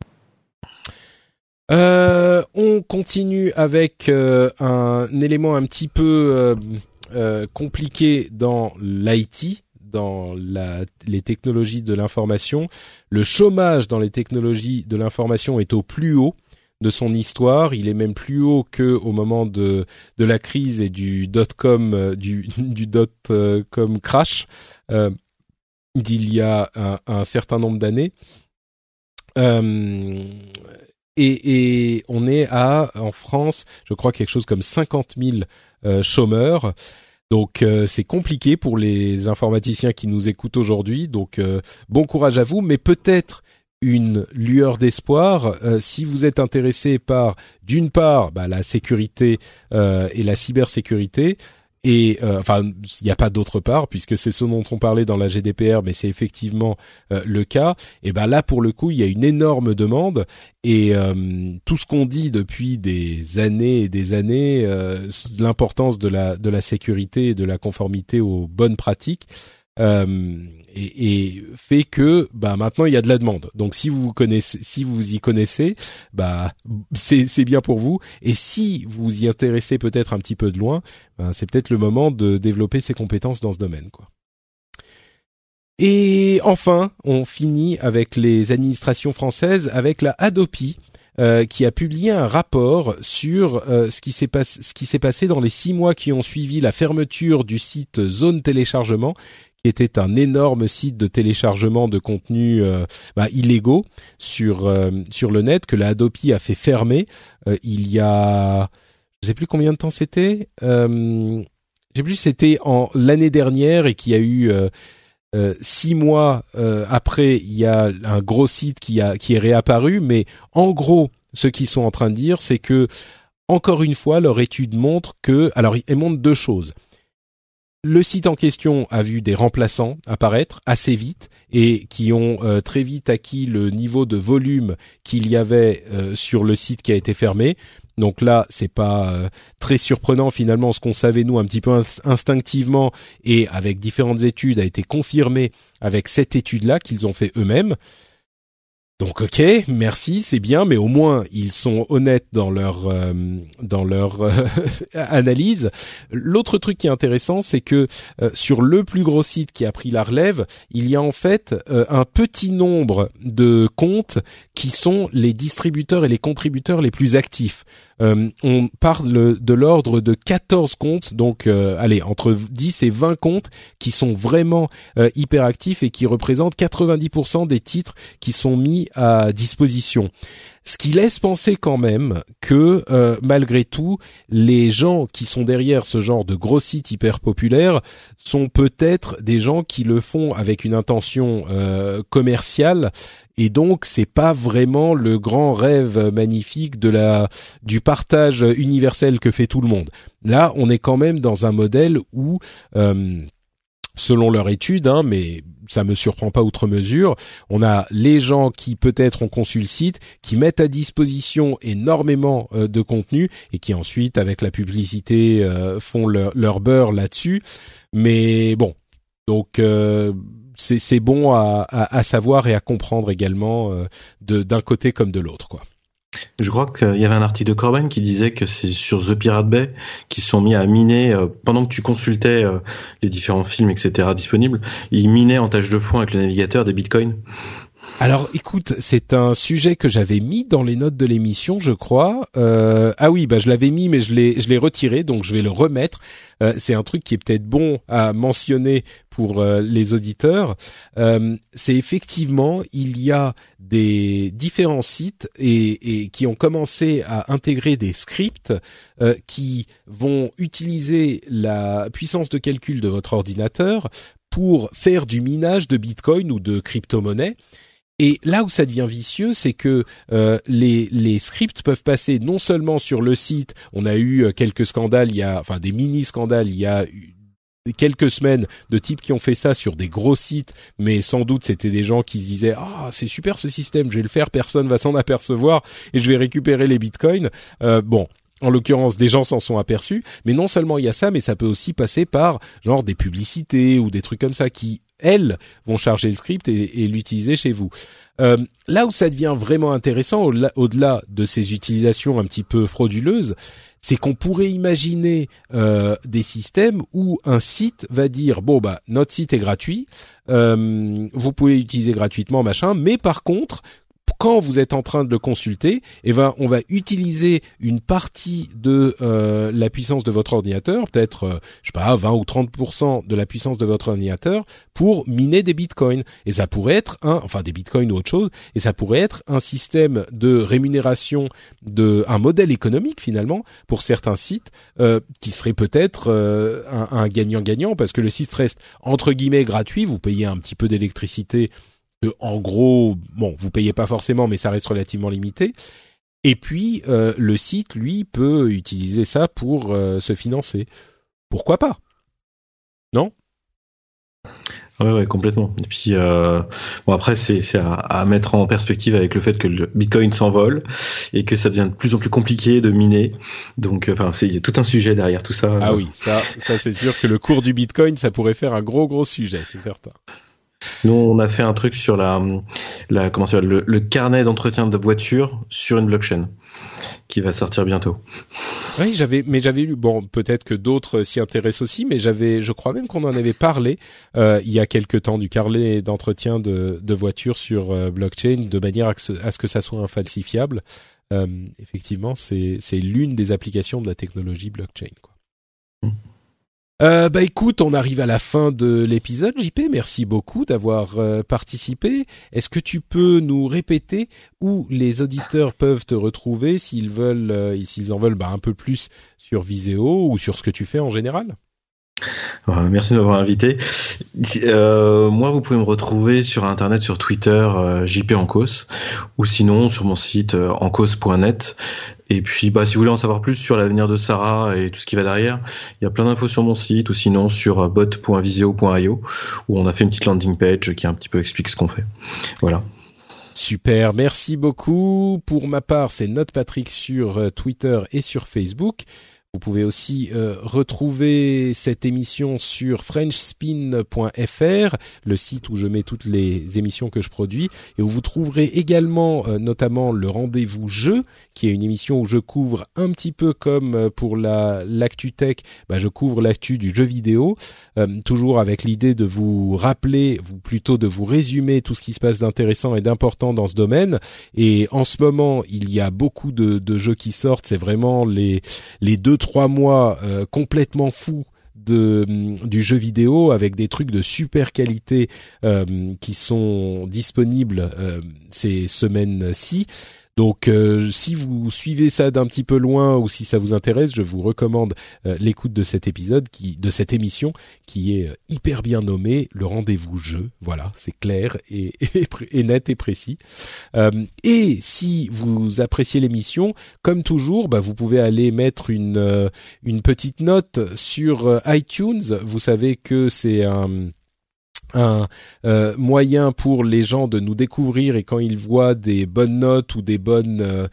On continue avec un élément un petit peu compliqué dans l'IT, dans les technologies de l'information. Le chômage dans les technologies de l'information est au plus haut de son histoire. Il est même plus haut que au moment de la crise et du dot-com dot-com crash d'il y a un certain nombre d'années. Et on est en France, je crois quelque chose comme 50 000 chômeurs. Donc c'est compliqué pour les informaticiens qui nous écoutent aujourd'hui. Donc bon courage à vous, mais peut-être une lueur d'espoir si vous êtes intéressé par, d'une part, la sécurité et la cybersécurité. Et il n'y a pas d'autre part puisque c'est ce dont on parlait dans la GDPR, mais c'est effectivement le cas. Et là pour le coup, il y a une énorme demande et tout ce qu'on dit depuis des années et des années, l'importance de la sécurité et de la conformité aux bonnes pratiques. Et fait que maintenant il y a de la demande. Donc si vous y connaissez, c'est bien pour vous. Et si vous y intéressez peut-être un petit peu de loin, c'est peut-être le moment de développer ses compétences dans ce domaine, quoi. Et enfin, on finit avec les administrations françaises, avec la Hadopi, qui a publié un rapport sur ce qui s'est passé dans les 6 mois qui ont suivi la fermeture du site Zone Téléchargement, qui était un énorme site de téléchargement de contenus illégaux sur le net, que la Hadopi a fait fermer il y a, je sais plus combien de temps c'était, je sais plus, c'était l'année dernière, et qu'il y a eu 6 mois après, il y a un gros site qui est réapparu. Mais en gros, ce qu'ils sont en train de dire, c'est que, encore une fois, leur étude montre que, alors, elle montre deux choses. Le site en question a vu des remplaçants apparaître assez vite, et qui ont très vite acquis le niveau de volume qu'il y avait sur le site qui a été fermé. Donc là, c'est pas très surprenant finalement. Ce qu'on savait nous un petit peu instinctivement, et avec différentes études, a été confirmé avec cette étude-là qu'ils ont fait eux-mêmes. Donc ok, merci, c'est bien, mais au moins ils sont honnêtes dans leur analyse. L'autre truc qui est intéressant, c'est que sur le plus gros site qui a pris la relève, il y a en fait un petit nombre de comptes qui sont les distributeurs et les contributeurs les plus actifs. On parle de l'ordre de 14 comptes, donc entre 10 et 20 comptes qui sont vraiment hyper actifs et qui représentent 90% des titres qui sont mis à disposition. Ce qui laisse penser quand même que malgré tout, les gens qui sont derrière ce genre de gros sites hyper populaires sont peut-être des gens qui le font avec une intention commerciale, et donc c'est pas vraiment le grand rêve magnifique du partage universel que fait tout le monde. Là, on est quand même dans un modèle où selon leur étude, mais ça me surprend pas outre mesure, on a les gens qui peut-être ont conçu le site, qui mettent à disposition énormément de contenu, et qui ensuite, avec la publicité, font leur beurre là-dessus. Mais bon, donc c'est bon à savoir et à comprendre également d'un côté comme de l'autre, quoi. Je crois qu'il y avait un article de Corben qui disait que c'est sur The Pirate Bay qu'ils se sont mis à miner, pendant que tu consultais les différents films, etc. disponibles, ils minaient en tâche de fond avec le navigateur des bitcoins. Alors, écoute, c'est un sujet que j'avais mis dans les notes de l'émission, je crois. Ah oui, je l'avais mis, mais je l'ai retiré, donc je vais le remettre. C'est un truc qui est peut-être bon à mentionner pour les auditeurs. C'est effectivement, il y a des différents sites et qui ont commencé à intégrer des scripts qui vont utiliser la puissance de calcul de votre ordinateur pour faire du minage de Bitcoin ou de crypto-monnaies. Et là où ça devient vicieux, c'est que les scripts peuvent passer non seulement sur le site. On a eu quelques scandales, des mini-scandales il y a quelques semaines, de types qui ont fait ça sur des gros sites, mais sans doute c'était des gens qui se disaient « Ah, c'est super ce système, je vais le faire, personne va s'en apercevoir et je vais récupérer les bitcoins. » En l'occurrence, des gens s'en sont aperçus, mais non seulement il y a ça, mais ça peut aussi passer par genre des publicités ou des trucs comme ça qui, elles, vont charger le script et l'utiliser chez vous. Là où ça devient vraiment intéressant, au-delà de ces utilisations un petit peu frauduleuses, c'est qu'on pourrait imaginer des systèmes où un site va dire « notre site est gratuit, vous pouvez l'utiliser gratuitement, machin, mais par contre… » quand vous êtes en train de le consulter, on va utiliser une partie de la puissance de votre ordinateur, peut-être 20 ou 30% de la puissance de votre ordinateur pour miner des bitcoins. Et ça pourrait être des bitcoins ou autre chose, et ça pourrait être un système de rémunération, un modèle économique finalement pour certains sites qui serait peut-être un gagnant-gagnant, parce que le site reste entre guillemets gratuit, vous payez un petit peu d'électricité. En gros, vous payez pas forcément, mais ça reste relativement limité. Et puis, le site, lui, peut utiliser ça pour se financer. Pourquoi pas? Non? Ouais, complètement. Et puis, après, c'est à mettre en perspective avec le fait que le Bitcoin s'envole et que ça devient de plus en plus compliqué de miner. Donc, il y a tout un sujet derrière tout ça. Ah oui, ça c'est sûr que le cours du Bitcoin, ça pourrait faire un gros sujet, c'est certain. Nous, on a fait un truc sur le carnet d'entretien de voiture sur une blockchain qui va sortir bientôt. Oui, j'avais lu, peut-être que d'autres s'y intéressent aussi, mais je crois même qu'on en avait parlé il y a quelque temps du carnet d'entretien de voiture sur blockchain, de manière à ce que ça soit infalsifiable. Effectivement, c'est l'une des applications de la technologie blockchain, quoi. Écoute, on arrive à la fin de l'épisode. JP, merci beaucoup d'avoir participé. Est-ce que tu peux nous répéter où les auditeurs peuvent te retrouver s'ils en veulent un peu plus sur Viséo ou sur ce que tu fais en général? Merci de m'avoir invité. Moi, vous pouvez me retrouver sur Internet, sur Twitter, JP Ancos, ou sinon sur mon site ancos.net. Et puis, si vous voulez en savoir plus sur l'avenir de Sarah et tout ce qui va derrière, il y a plein d'infos sur mon site, ou sinon sur bot.viseo.io, où on a fait une petite landing page qui un petit peu explique ce qu'on fait. Voilà. Super, merci beaucoup. Pour ma part, c'est NotePatrick sur Twitter et sur Facebook. Vous pouvez aussi retrouver cette émission sur frenchspin.fr, le site où je mets toutes les émissions que je produis, et où vous trouverez également notamment le Rendez-vous Jeu, qui est une émission où je couvre un petit peu comme pour l'actu tech, je couvre l'actu du jeu vidéo, toujours avec l'idée de vous rappeler, ou plutôt de vous résumer tout ce qui se passe d'intéressant et d'important dans ce domaine. Et en ce moment, il y a beaucoup de jeux qui sortent, c'est vraiment les 2-3 mois complètement fous du jeu vidéo, avec des trucs de super qualité qui sont disponibles ces semaines-ci. Donc si vous suivez ça d'un petit peu loin ou si ça vous intéresse, je vous recommande l'écoute de cet épisode de cette émission qui est hyper bien nommée, le Rendez-vous Jeu. Voilà, c'est clair et net et précis. Et si vous appréciez l'émission, comme toujours, vous pouvez aller mettre une petite note sur iTunes. Vous savez que c'est un moyen pour les gens de nous découvrir, et quand ils voient des bonnes notes ou des bons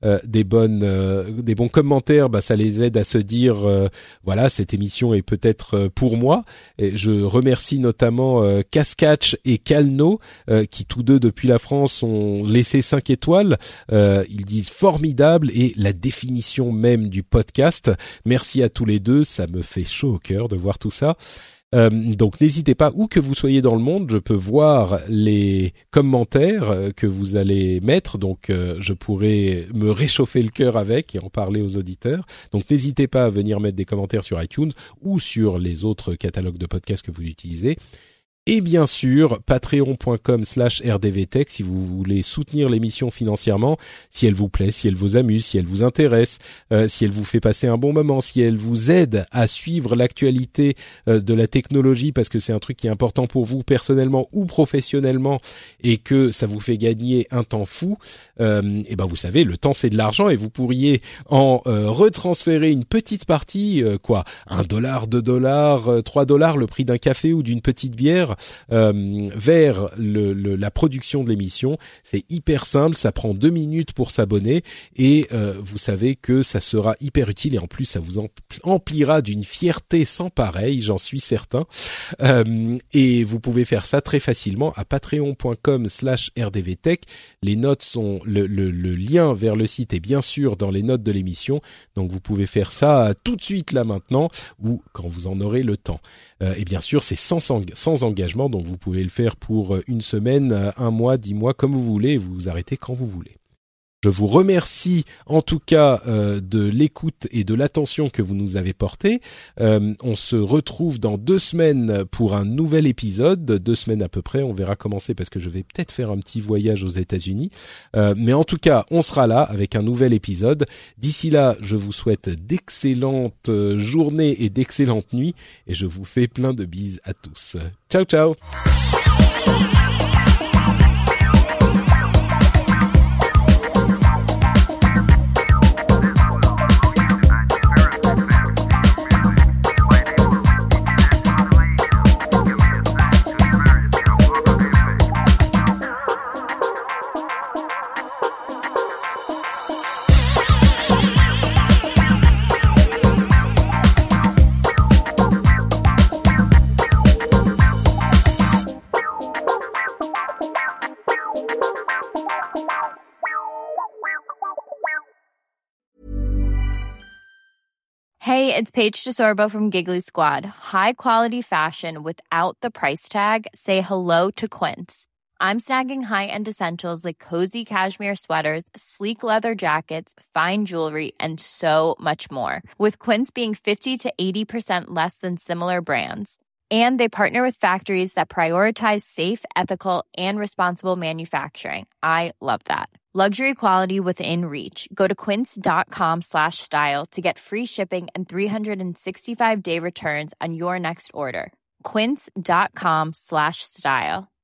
commentaires, ça les aide à se dire voilà, cette émission est peut-être pour moi. Et je remercie notamment Cascatch et Calno qui tous deux depuis la France ont laissé 5 étoiles. Ils disent formidable et la définition même du podcast. Merci à tous les deux, ça me fait chaud au cœur de voir tout ça. Donc n'hésitez pas, où que vous soyez dans le monde, je peux voir les commentaires que vous allez mettre, donc je pourrai me réchauffer le cœur avec et en parler aux auditeurs. Donc n'hésitez pas à venir mettre des commentaires sur iTunes ou sur les autres catalogues de podcasts que vous utilisez. Et bien sûr, patreon.com/rdvtech si vous voulez soutenir l'émission financièrement, si elle vous plaît, si elle vous amuse, si elle vous intéresse, si elle vous fait passer un bon moment, si elle vous aide à suivre l'actualité de la technologie, parce que c'est un truc qui est important pour vous personnellement ou professionnellement, et que ça vous fait gagner un temps fou, et vous savez, le temps c'est de l'argent, et vous pourriez en retransférer une petite partie, $1, $2, $3, le prix d'un café ou d'une petite bière, vers la production de l'émission. C'est hyper simple, ça prend 2 minutes pour s'abonner, et vous savez que ça sera hyper utile, et en plus ça vous emplira d'une fierté sans pareil, j'en suis certain. Et vous pouvez faire ça très facilement à patreon.com/rdvtech. Les notes sont le lien vers le site est bien sûr dans les notes de l'émission, donc vous pouvez faire ça tout de suite là maintenant, ou quand vous en aurez le temps. Et bien sûr, c'est sans engagement, donc vous pouvez le faire pour 1 semaine, 1 mois, 10 mois, comme vous voulez, et vous arrêtez quand vous voulez. Je vous remercie en tout cas de l'écoute et de l'attention que vous nous avez portée. On se retrouve dans 2 semaines pour un nouvel épisode, 2 semaines à peu près. On verra comment c'est, parce que je vais peut-être faire un petit voyage aux États-Unis. Mais en tout cas, on sera là avec un nouvel épisode. D'ici là, je vous souhaite d'excellentes journées et d'excellentes nuits, et je vous fais plein de bises à tous. Ciao, ciao! Hey, it's Paige DeSorbo from Giggly Squad. High quality fashion without the price tag. Say hello to Quince. I'm snagging high-end essentials like cozy cashmere sweaters, sleek leather jackets, fine jewelry, and so much more. With Quince being 50 to 80% less than similar brands. And they partner with factories that prioritize safe, ethical, and responsible manufacturing. I love that. Luxury quality within reach. Go to quince.com/style to get free shipping and 365-day returns on your next order. Quince.com/style.